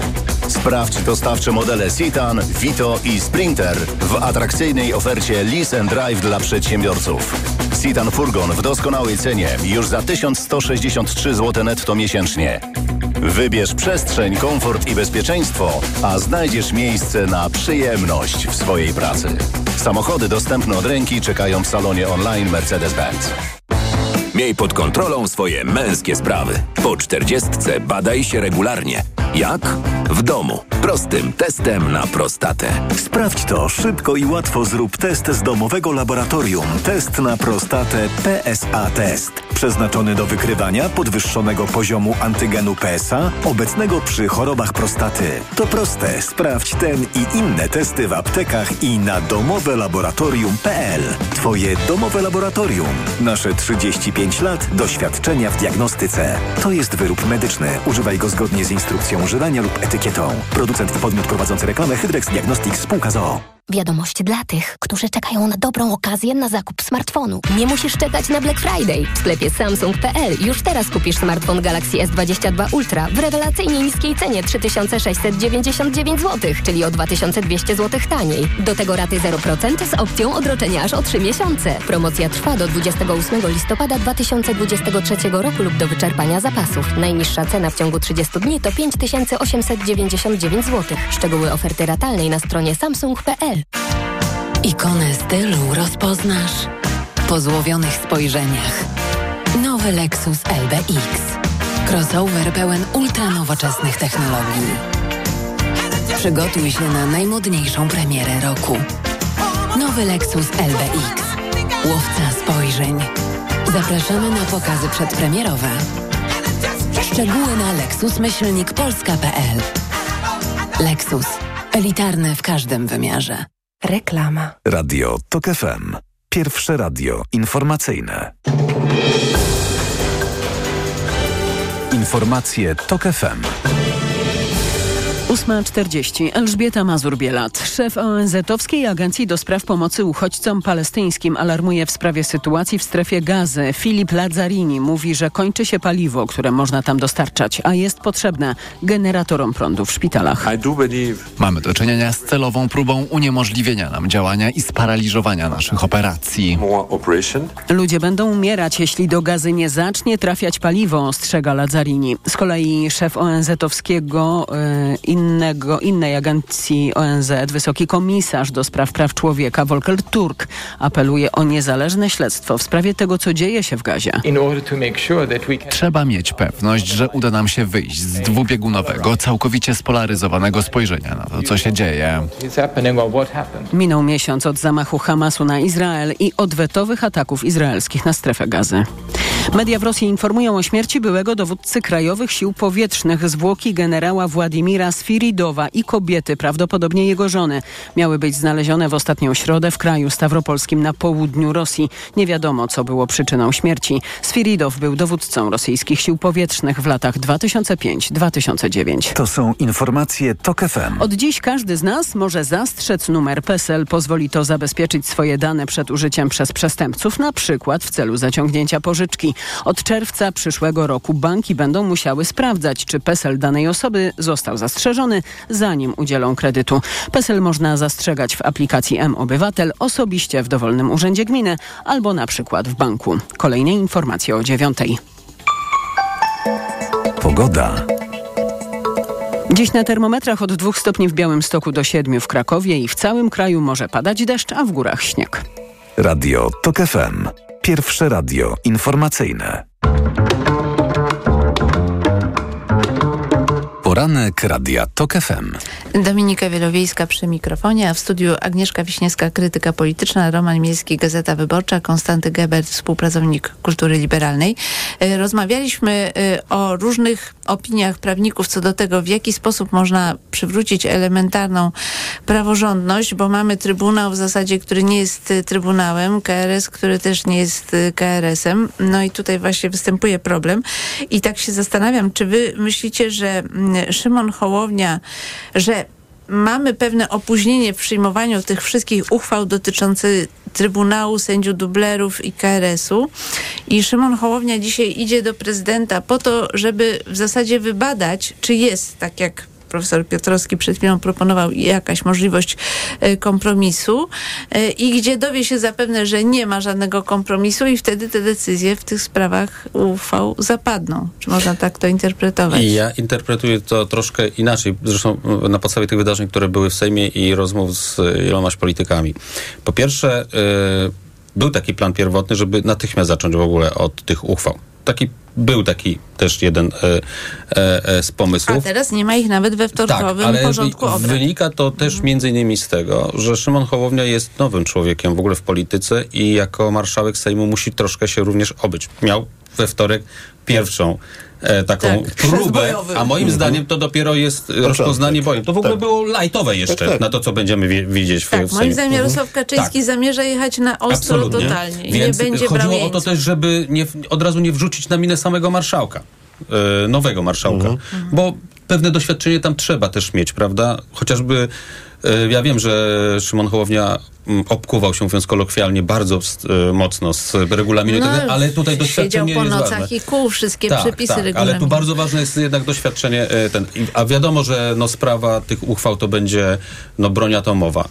Sprawdź dostawcze modele Citan, Vito i Sprinter w atrakcyjnej ofercie Lease and Drive dla przedsiębiorców. Citan Furgon w doskonałej cenie już za 1163 zł netto miesięcznie. Wybierz przestrzeń, komfort i bezpieczeństwo, a znajdziesz miejsce na przyjemność w swojej pracy. Samochody dostępne od ręki czekają w salonie online Mercedes-Benz. Miej pod kontrolą swoje męskie sprawy. Po 40 badaj się regularnie. Jak? W domu. Prostym testem na prostatę. Sprawdź to szybko i łatwo. Zrób test z domowego laboratorium. Test na prostatę PSA Test. Przeznaczony do wykrywania podwyższonego poziomu antygenu PSA obecnego przy chorobach prostaty. To proste. Sprawdź ten i inne testy w aptekach i na domowelaboratorium.pl. Twoje domowe laboratorium. Nasze 35 lat doświadczenia w diagnostyce. To jest wyrób medyczny. Używaj go zgodnie z instrukcją używania lub etykietą. Producent i podmiot prowadzący reklamę Hydrex Diagnostics Spółka z o.o. Wiadomość dla tych, którzy czekają na dobrą okazję na zakup smartfonu. Nie musisz czekać na Black Friday. W sklepie Samsung.pl już teraz kupisz smartfon Galaxy S22 Ultra w rewelacyjnie niskiej cenie 3699 zł, czyli o 2200 zł taniej. Do tego raty 0% z opcją odroczenia aż o 3 miesiące. Promocja trwa do 28 listopada 2023 roku lub do wyczerpania zapasów. Najniższa cena w ciągu 30 dni to 5899 zł. Szczegóły oferty ratalnej na stronie Samsung.pl. Ikonę stylu rozpoznasz po złowionych spojrzeniach. Nowy Lexus LBX. Crossover pełen ultranowoczesnych technologii. Przygotuj się na najmodniejszą premierę roku. Nowy Lexus LBX. Łowca spojrzeń. Zapraszamy na pokazy przedpremierowe. Szczegóły na lexus-polska.pl. Lexus. Elitarny w każdym wymiarze. Reklama. Radio TOK FM. Pierwsze radio informacyjne. Informacje TOK FM. 8:40. Elżbieta Mazur-Bielat. Szef ONZ-owskiej Agencji do Spraw Pomocy Uchodźcom Palestyńskim alarmuje w sprawie sytuacji w strefie Gazy. Filip Lazzarini mówi, że kończy się paliwo, które można tam dostarczać, a jest potrzebne generatorom prądu w szpitalach. Mamy do czynienia z celową próbą uniemożliwienia nam działania i sparaliżowania naszych operacji. Ludzie będą umierać, jeśli do Gazy nie zacznie trafiać paliwo, ostrzega Lazzarini. Z kolei szef ONZ-owskiego innej agencji ONZ, wysoki komisarz do spraw praw człowieka Volker Turk apeluje o niezależne śledztwo w sprawie tego, co dzieje się w Gazie. Trzeba mieć pewność, że uda nam się wyjść z dwubiegunowego, całkowicie spolaryzowanego spojrzenia na to, co się dzieje. Minął miesiąc od zamachu Hamasu na Izrael i odwetowych ataków izraelskich na strefę Gazy. Media w Rosji informują o śmierci byłego dowódcy krajowych sił powietrznych zwłoki generała Władimira Sfiridowa i kobiety, prawdopodobnie jego żony, miały być znalezione w ostatnią środę w kraju stawropolskim na południu Rosji. Nie wiadomo, co było przyczyną śmierci. Sfiridow był dowódcą rosyjskich sił powietrznych w latach 2005-2009. To są informacje TOK FM. Od dziś każdy z nas może zastrzec numer PESEL. Pozwoli to zabezpieczyć swoje dane przed użyciem przez przestępców, na przykład w celu zaciągnięcia pożyczki. Od czerwca przyszłego roku banki będą musiały sprawdzać, czy PESEL danej osoby został zastrzeżony, zanim udzielą kredytu. PESEL można zastrzegać w aplikacji mObywatel, osobiście w dowolnym urzędzie gminy albo na przykład w banku. Kolejne informacje o 9:00. Pogoda. Dziś na termometrach od 2 stopni w Białymstoku do 7 w Krakowie i w całym kraju może padać deszcz, a w górach śnieg. Radio TOK FM. Pierwsze radio informacyjne. Poranek Radia TOK FM. Dominika Wielowiejska przy mikrofonie, a w studiu Agnieszka Wiśniewska, krytyka polityczna, Roman Miejski, Gazeta Wyborcza, Konstanty Gebert, współpracownik Kultury Liberalnej. Rozmawialiśmy o różnych opiniach prawników co do tego, w jaki sposób można przywrócić elementarną praworządność, bo mamy Trybunał w zasadzie, który nie jest Trybunałem, KRS, który też nie jest KRS-em. No i tutaj właśnie występuje problem. I tak się zastanawiam, czy wy myślicie, że Szymon Hołownia, że mamy pewne opóźnienie w przyjmowaniu tych wszystkich uchwał dotyczących Trybunału, sędziów dublerów i KRS-u. I Szymon Hołownia dzisiaj idzie do prezydenta po to, żeby w zasadzie wybadać, czy jest tak, jak profesor Piotrowski przed chwilą proponował, jakaś możliwość kompromisu i gdzie dowie się zapewne, że nie ma żadnego kompromisu i wtedy te decyzje w tych sprawach uchwał zapadną. Czy można tak to interpretować? Ja interpretuję to troszkę inaczej. Zresztą na podstawie tych wydarzeń, które były w Sejmie i rozmów z ilomaś politykami. Po pierwsze, był taki plan pierwotny, żeby natychmiast zacząć w ogóle od tych uchwał. Był taki też jeden z pomysłów. A teraz nie ma ich nawet we wtorkowym porządku obrad. Wynika to też między innymi z tego, że Szymon Hołownia jest nowym człowiekiem w ogóle w polityce i jako marszałek Sejmu musi troszkę się również obyć. Miał we wtorek pierwszą taką próbę, a moim zdaniem to dopiero jest rozpoznanie bojem. To w ogóle było lajtowe jeszcze na to, co będziemy widzieć w Sejmie. Moim zdaniem Jarosław Kaczyński zamierza jechać na ostro. Absolutnie. Totalnie i więc nie będzie chodziło brał o to też, żeby od razu nie wrzucić na minę samego marszałka, nowego marszałka, bo pewne doświadczenie tam trzeba też mieć, prawda? Chociażby ja wiem, że Szymon Hołownia obkuwał się, mówiąc kolokwialnie, bardzo mocno z regulaminu, ale tutaj doświadczenie jest ważne. Siedział po nocach i kłuł wszystkie przepisy regulaminu. Ale tu bardzo ważne jest jednak doświadczenie a wiadomo, że sprawa tych uchwał to będzie broń atomowa.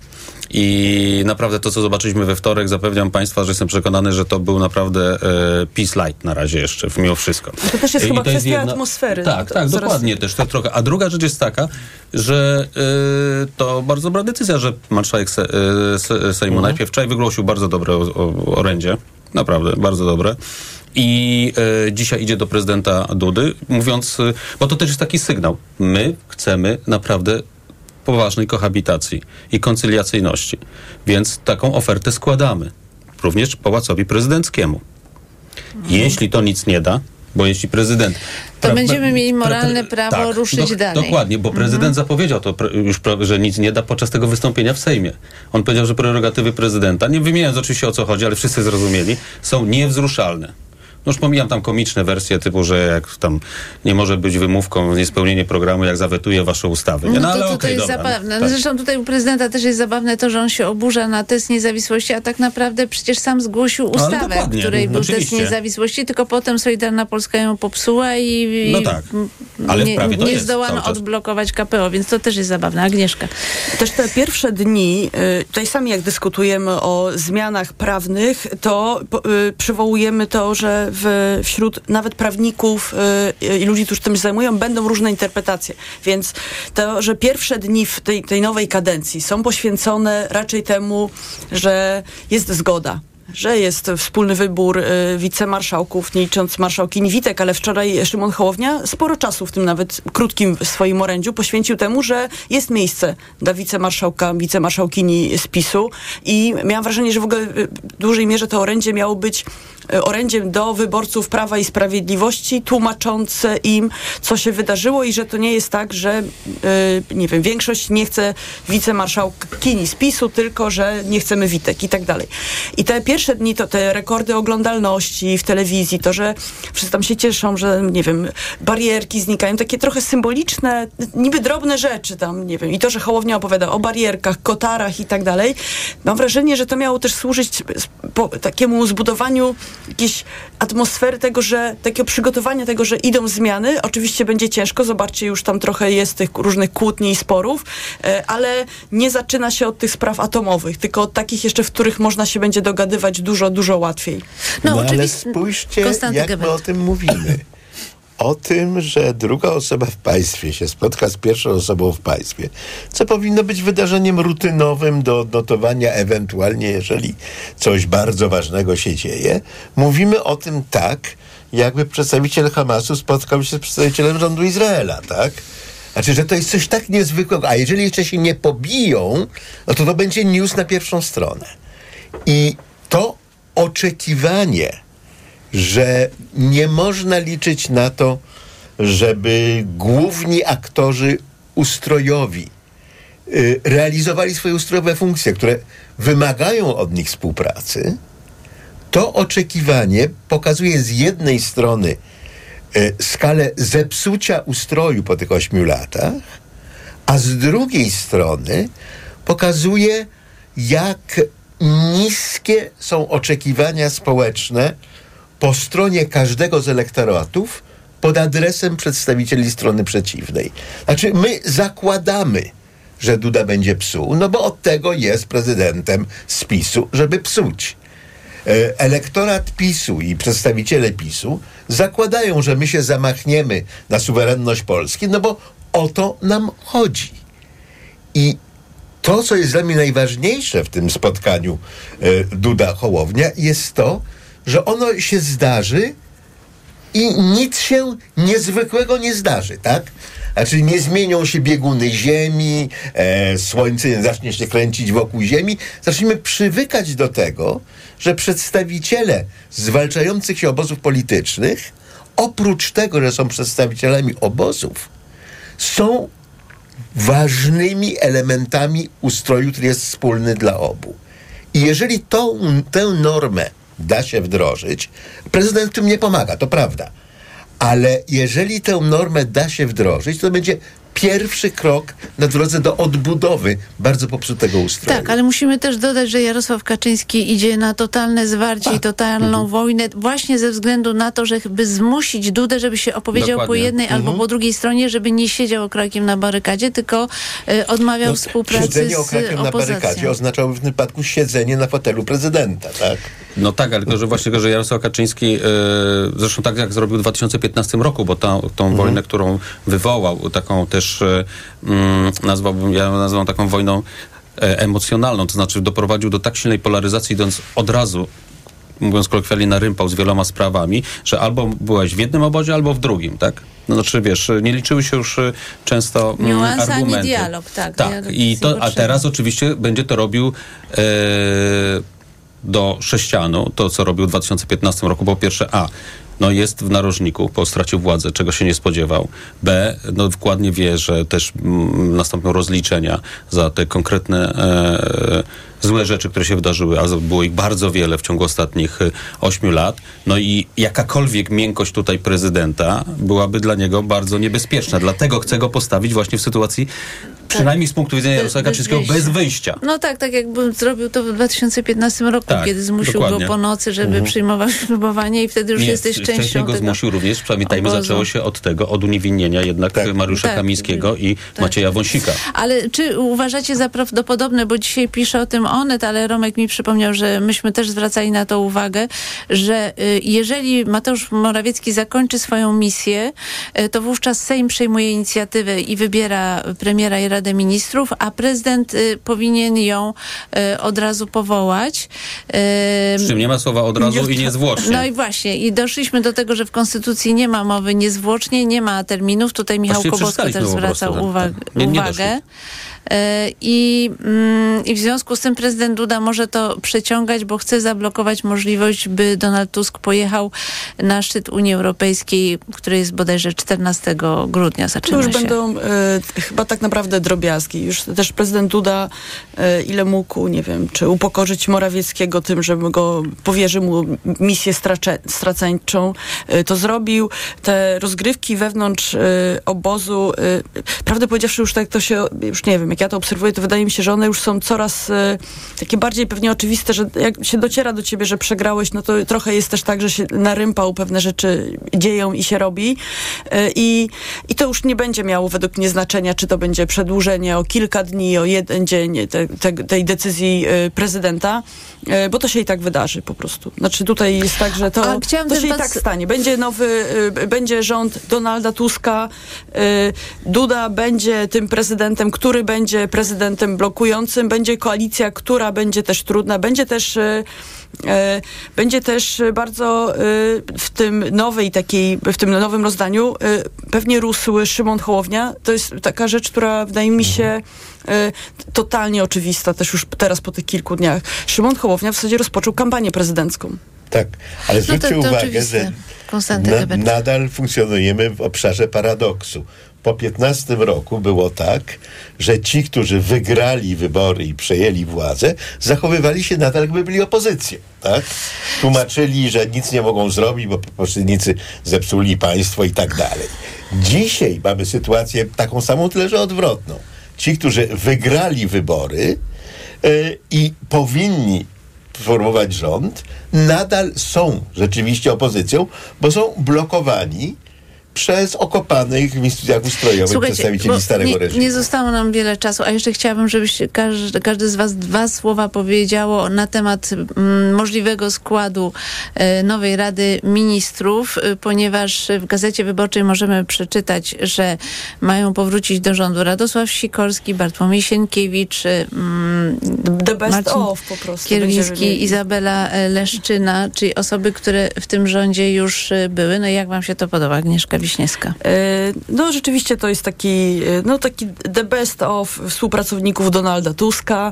I naprawdę to, co zobaczyliśmy we wtorek, zapewniam Państwa, że jestem przekonany, że to był naprawdę peace light na razie jeszcze, mimo wszystko. A to też jest chyba kwestia atmosfery. Tak, dokładnie też to trochę. A druga rzecz jest taka, że to bardzo dobra decyzja, że marszałek Sejmu najpierw wczoraj wygłosił bardzo dobre orędzie, naprawdę bardzo dobre. I dzisiaj idzie do prezydenta Dudy, mówiąc, bo to też jest taki sygnał. My chcemy naprawdę poważnej kohabitacji i koncyliacyjności. Więc taką ofertę składamy. Również Pałacowi Prezydenckiemu. Jeśli to nic nie da, bo jeśli prezydent... To będziemy mieli moralne prawo ruszyć dalej. Dokładnie, bo prezydent zapowiedział to już, że nic nie da podczas tego wystąpienia w Sejmie. On powiedział, że prerogatywy prezydenta, nie wymieniając oczywiście o co chodzi, ale wszyscy zrozumieli, są niewzruszalne. No już pomijam tam komiczne wersje typu, że jak tam nie może być wymówką niespełnienie programu, jak zawetuje wasze ustawy. Nie? Ale to jest zabawne. Tak. Zresztą tutaj u prezydenta też jest zabawne to, że on się oburza na test niezawisłości, a tak naprawdę przecież sam zgłosił ustawę, w której był test niezawisłości, tylko potem Solidarna Polska ją popsuła i ale nie zdołano odblokować KPO, więc to też jest zabawne. Agnieszka. Też te pierwsze dni, tutaj sami jak dyskutujemy o zmianach prawnych, to przywołujemy to, że wśród nawet prawników i ludzi, którzy tym się zajmują, będą różne interpretacje. Więc to, że pierwsze dni w tej nowej kadencji są poświęcone raczej temu, że jest zgoda, że jest wspólny wybór wicemarszałków, nie licząc marszałkini Witek, ale wczoraj Szymon Hołownia sporo czasu w tym nawet krótkim swoim orędziu poświęcił temu, że jest miejsce dla wicemarszałkini z PiS-u i miałam wrażenie, że w ogóle w dużej mierze to orędzie miało być orędziem do wyborców Prawa i Sprawiedliwości, tłumaczące im, co się wydarzyło i że to nie jest tak, że większość nie chce wicemarszałkini z PiS-u, tylko że nie chcemy Witek i tak dalej. I te pierwsze dni to te rekordy oglądalności w telewizji, to, że wszyscy tam się cieszą, że barierki znikają, takie trochę symboliczne, niby drobne rzeczy tam, i to, że Hołownia opowiada o barierkach, kotarach i tak dalej. Mam wrażenie, że to miało też służyć takiemu zbudowaniu jakiejś atmosfery takiego przygotowania tego, że idą zmiany. Oczywiście będzie ciężko, zobaczcie, już tam trochę jest tych różnych kłótni i sporów, ale nie zaczyna się od tych spraw atomowych, tylko od takich jeszcze, w których można się będzie dogadywać dużo, dużo łatwiej. Ale spójrzcie, jak my o tym mówimy. O tym, że druga osoba w państwie się spotka z pierwszą osobą w państwie, co powinno być wydarzeniem rutynowym do odnotowania, ewentualnie jeżeli coś bardzo ważnego się dzieje. Mówimy o tym tak, jakby przedstawiciel Hamasu spotkał się z przedstawicielem rządu Izraela, tak? Znaczy, że to jest coś tak niezwykłego, a jeżeli jeszcze się nie pobiją, no to będzie news na pierwszą stronę. I to oczekiwanie, że nie można liczyć na to, żeby główni aktorzy ustrojowi realizowali swoje ustrojowe funkcje, które wymagają od nich współpracy, to oczekiwanie pokazuje z jednej strony skalę zepsucia ustroju po tych 8 latach, a z drugiej strony pokazuje, jak niskie są oczekiwania społeczne po stronie każdego z elektoratów pod adresem przedstawicieli strony przeciwnej. Znaczy, my zakładamy, że Duda będzie psuł, no bo od tego jest prezydentem z PiS-u, żeby psuć. Elektorat PiS-u i przedstawiciele PiS-u zakładają, że my się zamachniemy na suwerenność Polski, no bo o to nam chodzi. I to, co jest dla mnie najważniejsze w tym spotkaniu Duda-Hołownia, jest to, że ono się zdarzy i nic się niezwykłego nie zdarzy, tak? Znaczy nie zmienią się bieguny Ziemi, Słońce nie zacznie się kręcić wokół Ziemi. Zacznijmy przywykać do tego, że przedstawiciele zwalczających się obozów politycznych, oprócz tego, że są przedstawicielami obozów, są ważnymi elementami ustroju, który jest wspólny dla obu. I jeżeli tę normę da się wdrożyć, prezydent w tym nie pomaga, to prawda. Ale jeżeli tę normę da się wdrożyć, to będzie pierwszy krok na drodze do odbudowy bardzo popsutego ustroju. Tak, ale musimy też dodać, że Jarosław Kaczyński idzie na totalne zwarcie i totalną wojnę właśnie ze względu na to, żeby zmusić Dudę, żeby się opowiedział po jednej albo po drugiej stronie, żeby nie siedział okrakiem na barykadzie, tylko odmawiał współpracy siedzenie z okrakiem na barykadzieoznaczałoby w tym wypadku siedzenie na fotelu prezydenta, tak? No tak, ale tylko, że właśnie, że Jarosław Kaczyński, zresztą tak jak zrobił w 2015 roku, bo tą wojnę, którą wywołał, taką też nazwałbym taką wojną emocjonalną, to znaczy doprowadził do tak silnej polaryzacji, idąc od razu, mówiąc kolokwialnie, na rympał z wieloma sprawami, że albo byłeś w jednym obozie, albo w drugim, tak? No, znaczy, wiesz, nie liczyły się już często niuanse, argumenty. ani dialog, tak. Tak, a teraz oczywiście będzie to robił do sześcianu, to co robił w 2015 roku, po pierwsze jest w narożniku, bo stracił władzę, czego się nie spodziewał. B, dokładnie wie, że też nastąpią rozliczenia za te konkretne złe rzeczy, które się wydarzyły, a było ich bardzo wiele w ciągu ostatnich 8 lat. No i jakakolwiek miękkość tutaj prezydenta byłaby dla niego bardzo niebezpieczna. Dlatego chce go postawić właśnie w sytuacji, przynajmniej z punktu widzenia Jarosława Kaczyńskiego, bez wyjścia. No tak jakby zrobił to w 2015 roku, kiedy zmusił go po nocy, żeby przyjmował ślubowanie i wtedy już jesteś częścią wcześniej go zmusił również, pamiętajmy, zaczęło się od tego, od uniewinnienia jednak Mariusza Kamińskiego i Macieja Wąsika. Ale czy uważacie za prawdopodobne, bo dzisiaj pisze o tym Onet, ale Romek mi przypomniał, że myśmy też zwracali na to uwagę, że jeżeli Mateusz Morawiecki zakończy swoją misję, to wówczas Sejm przejmuje inicjatywę i wybiera premiera i Radę Ministrów, a prezydent powinien ją od razu powołać. Przy czym nie ma słowa od razu i niezwłocznie. No i właśnie. I doszliśmy do tego, że w Konstytucji nie ma mowy niezwłocznie, nie ma terminów. Tutaj Michał Kobosko też zwracał uwagę. I w związku z tym prezydent Duda może to przeciągać, bo chce zablokować możliwość, by Donald Tusk pojechał na szczyt Unii Europejskiej, który jest bodajże 14 grudnia. To już będą chyba tak naprawdę drobiazgi. Już też prezydent Duda, ile mógł, nie wiem, czy upokorzyć Morawieckiego tym, że go powierzy mu misję straceńczą, to zrobił. Te rozgrywki wewnątrz obozu, prawdę powiedziawszy, już tak to się, już nie wiem, jak ja to obserwuję, to wydaje mi się, że one już są coraz takie bardziej pewnie oczywiste, że jak się dociera do ciebie, że przegrałeś, no to trochę jest też tak, że się na rympał pewne rzeczy dzieją i się robi. I to już nie będzie miało według mnie znaczenia, czy to będzie przedłużenie o kilka dni, o jeden dzień tej decyzji prezydenta, bo to się i tak wydarzy po prostu. Znaczy tutaj jest tak, że to się i tak stanie. Będzie rząd Donalda Tuska, Duda będzie tym prezydentem, który będzie prezydentem blokującym, będzie koalicja, która będzie też trudna, będzie też bardzo w tym nowym rozdaniu pewnie rósł Szymon Hołownia. To jest taka rzecz, która wydaje mi się totalnie oczywista, też już teraz po tych kilku dniach. Szymon Hołownia w zasadzie rozpoczął kampanię prezydencką. Tak, ale zwróćcie uwagę, że nadal funkcjonujemy w obszarze paradoksu. Po 15 roku było tak, że ci, którzy wygrali wybory i przejęli władzę, zachowywali się nadal, jakby byli opozycją. Tak? Tłumaczyli, że nic nie mogą zrobić, bo poprzednicy zepsuli państwo i tak dalej. Dzisiaj mamy sytuację taką samą, tyle że odwrotną. Ci, którzy wygrali wybory i powinni formować rząd, nadal są rzeczywiście opozycją, bo są blokowani przez okopanych w instytucjach ustrojowych przedstawicieli starego reżimu. Nie zostało nam wiele czasu, a jeszcze chciałabym, żebyś każdy z was 2 słowa powiedziało na temat możliwego składu nowej Rady Ministrów, ponieważ w Gazecie Wyborczej możemy przeczytać, że mają powrócić do rządu Radosław Sikorski, Bartłomiej Sienkiewicz, The best Marcin of po prostu. Kierwiński, Izabela Leszczyna, czyli osoby, które w tym rządzie już były. No i jak wam się to podoba, Agnieszka Wiśniewska? No rzeczywiście to jest taki the best of współpracowników Donalda Tuska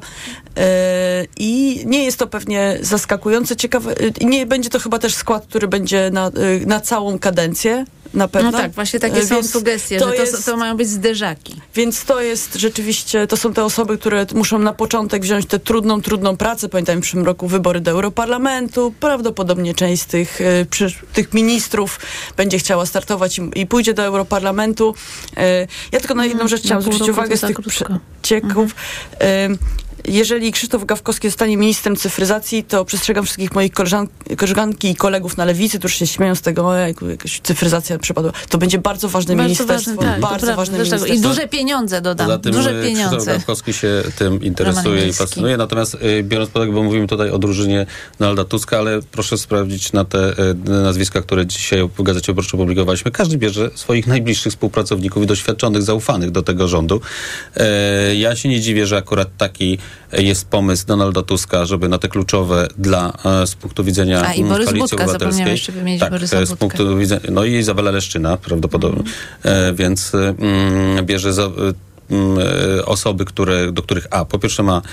i nie jest to pewnie zaskakujące, ciekawe. Nie będzie to chyba też skład, który będzie na całą kadencję. Na pewno. No tak, właśnie takie są sugestie, że to mają być zderzaki. Więc to jest rzeczywiście, to są te osoby, które muszą na początek wziąć tę trudną pracę. Pamiętam, w przyszłym roku wybory do Europarlamentu. Prawdopodobnie część z tych ministrów będzie chciała startować i pójdzie do Europarlamentu. Ja tylko na jedną rzecz chciałam zwrócić uwagę z tych przecieków. Jeżeli Krzysztof Gawkowski zostanie ministrem cyfryzacji, to przestrzegam wszystkich moich koleżanki i kolegów na lewicy, którzy się śmieją z tego, jakaś cyfryzacja przypadła. To będzie bardzo ważne ministerstwo. Bardzo ważne ministerstwo. I duże pieniądze dodam. Za tym duże pieniądze. Krzysztof Gawkowski się tym interesuje i fascynuje. Natomiast biorąc pod uwagę, bo mówimy tutaj o drużynie Donalda Tuska, ale proszę sprawdzić na te nazwiska, które dzisiaj w Gazecie Wyborczej publikowaliśmy. Każdy bierze swoich najbliższych współpracowników i doświadczonych, zaufanych do tego rządu. Ja się nie dziwię, że akurat taki jest pomysł Donalda Tuska, żeby na te kluczowe z punktu widzenia Koalicji Obywatelskiej. Jeszcze wymienić Borysa z punktu widzenia, no i Izabela Leszczyna prawdopodobnie. Więc bierze osoby, do których po pierwsze ma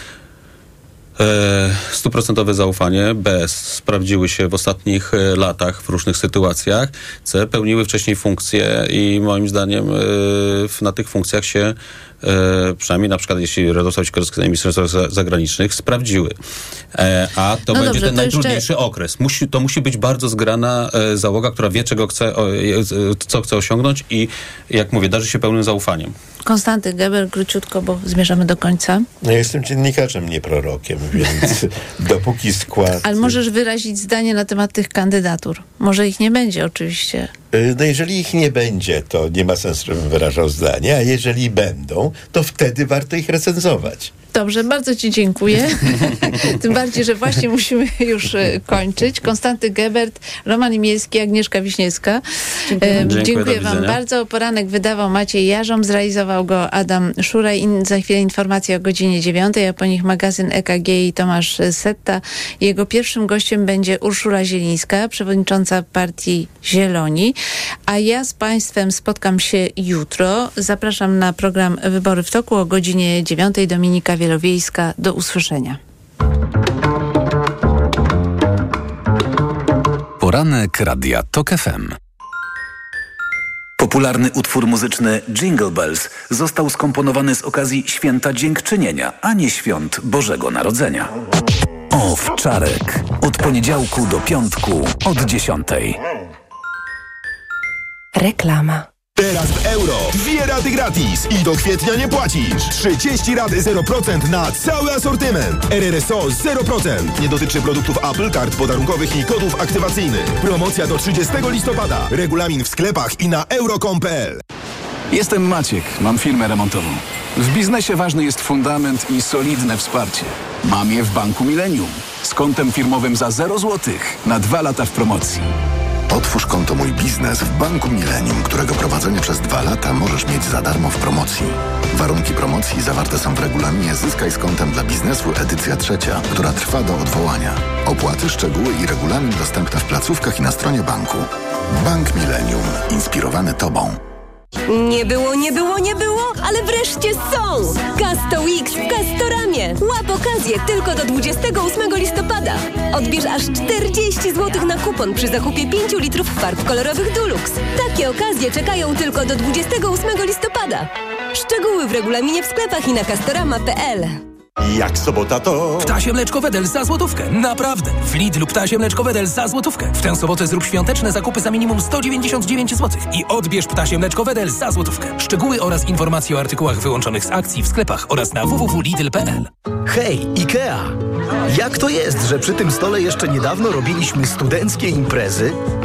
100% zaufanie, sprawdziły się w ostatnich latach w różnych sytuacjach, pełniły wcześniej funkcje i moim zdaniem na tych funkcjach się przynajmniej na przykład jeśli Radosław Sikorski zajmie Ministerstwa Zagranicznych, sprawdziły. A to będzie dobrze, ten najtrudniejszy okres. To musi być bardzo zgrana załoga, która wie, co chce osiągnąć i jak mówię, darzy się pełnym zaufaniem. Konstanty Geber, króciutko, bo zmierzamy do końca. No, jestem dziennikarzem, nie prorokiem, więc dopóki skład... Ale możesz wyrazić zdanie na temat tych kandydatur. Może ich nie będzie oczywiście. No jeżeli ich nie będzie, to nie ma sensu, żebym wyrażał zdanie, a jeżeli będą, to wtedy warto ich recenzować. Dobrze, bardzo ci dziękuję. Tym bardziej, że właśnie musimy już kończyć. Konstanty Gebert, Roman Imielski, Agnieszka Wiśniewska. Dziękuję wam bardzo. Poranek wydawał Maciej Jarząb, zrealizował go Adam Szuraj. Za chwilę informacje o godzinie 9, a po nich magazyn EKG i Tomasz Setta. Jego pierwszym gościem będzie Urszula Zielińska, przewodnicząca partii Zieloni. A ja z państwem spotkam się jutro. Zapraszam na program Wybory w toku o godzinie 9. Dominika Wielowiejska. Do usłyszenia. Poranek Radia TOK FM. Popularny utwór muzyczny Jingle Bells został skomponowany z okazji Święta Dziękczynienia, a nie Świąt Bożego Narodzenia. Owczarek. Od poniedziałku do piątku od 10:00. Reklama. Teraz w euro 2 raty gratis i do kwietnia nie płacisz. 30 rat 0% na cały asortyment. RRSO 0%. Nie dotyczy produktów Apple, kart podarunkowych i kodów aktywacyjnych. Promocja do 30 listopada. Regulamin w sklepach i na euro.com.pl. Jestem Maciek, mam firmę remontową. W biznesie ważny jest fundament i solidne wsparcie. Mam je w Banku Millennium. Z kontem firmowym za 0 zł na 2 lata w promocji. Otwórz konto Mój Biznes w Banku Millennium, którego prowadzenie przez 2 lata możesz mieć za darmo w promocji. Warunki promocji zawarte są w regulaminie Zyskaj z kontem dla biznesu edycja 3, która trwa do odwołania. Opłaty, szczegóły i regulamin dostępne w placówkach i na stronie banku. Bank Millennium. Inspirowany Tobą. Nie było, ale wreszcie są! Casto Weeks w Castoramie. Łap okazję tylko do 28 listopada. Odbierz aż 40 zł na kupon przy zakupie 5 litrów farb kolorowych Dulux. Takie okazje czekają tylko do 28 listopada. Szczegóły w regulaminie w sklepach i na castorama.pl. Jak sobota to... Ptasie mleczko Wedel za złotówkę. Naprawdę. W Lidlu ptasie mleczko Wedel za złotówkę. W tę sobotę zrób świąteczne zakupy za minimum 199 zł. I odbierz ptasie mleczko Wedel za złotówkę. Szczegóły oraz informacje o artykułach wyłączonych z akcji w sklepach oraz na www.lidl.pl. Hej, IKEA! Jak to jest, że przy tym stole jeszcze niedawno robiliśmy studenckie imprezy? Tak,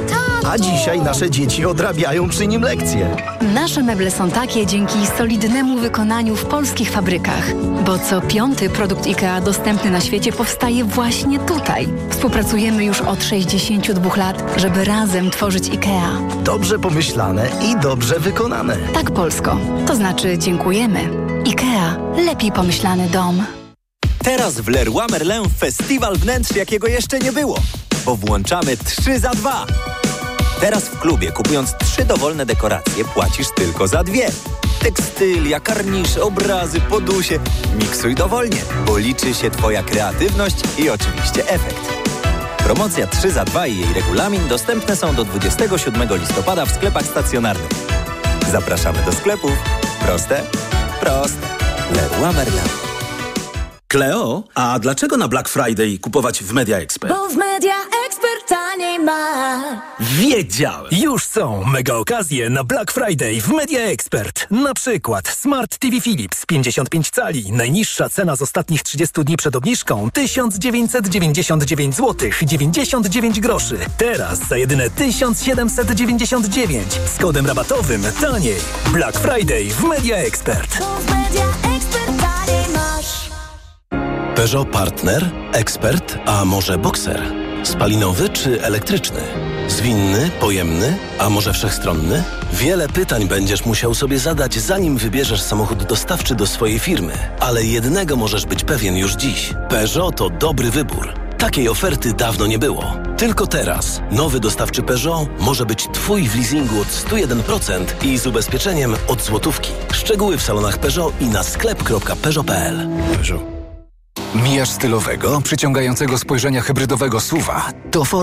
a dzisiaj nasze dzieci odrabiają przy nim lekcje. Nasze meble są takie dzięki solidnemu wykonaniu w polskich fabrykach, bo co 5. produkt IKEA dostępny na świecie powstaje właśnie tutaj. Współpracujemy już od 62 lat, żeby razem tworzyć IKEA. Dobrze pomyślane i dobrze wykonane. Tak, Polsko. To znaczy dziękujemy. IKEA. Lepiej pomyślany dom. Teraz w Leroy Merlin festiwal wnętrz, jakiego jeszcze nie było, bo włączamy 3 za 2. Teraz w klubie, kupując 3 dowolne dekoracje, płacisz tylko za 2. Tekstylia, karnisze, obrazy, podusie. Miksuj dowolnie, bo liczy się Twoja kreatywność i oczywiście efekt. Promocja 3 za 2 i jej regulamin dostępne są do 27 listopada w sklepach stacjonarnych. Zapraszamy do sklepów. Proste? Proste. Leroy Merlin. Kleo, a dlaczego na Black Friday kupować w Media Expert? Bo w Media Expert taniej ma. Wiedziałem! Już są mega okazje na Black Friday w Media Expert. Na przykład Smart TV Philips 55 cali. Najniższa cena z ostatnich 30 dni przed obniżką 1999 zł 99 groszy. Teraz za jedyne 1799 z kodem rabatowym taniej. Black Friday w Media Expert. Bo w Media Expert taniej masz. Peugeot Partner, Ekspert, a może Boxer? Spalinowy czy elektryczny? Zwinny, pojemny, a może wszechstronny? Wiele pytań będziesz musiał sobie zadać, zanim wybierzesz samochód dostawczy do swojej firmy. Ale jednego możesz być pewien już dziś. Peugeot to dobry wybór. Takiej oferty dawno nie było. Tylko teraz nowy dostawczy Peugeot może być Twój w leasingu od 101% i z ubezpieczeniem od złotówki. Szczegóły w salonach Peugeot i na sklep.peugeot.pl. Mijasz stylowego, przyciągającego spojrzenia hybrydowego SUV-a. To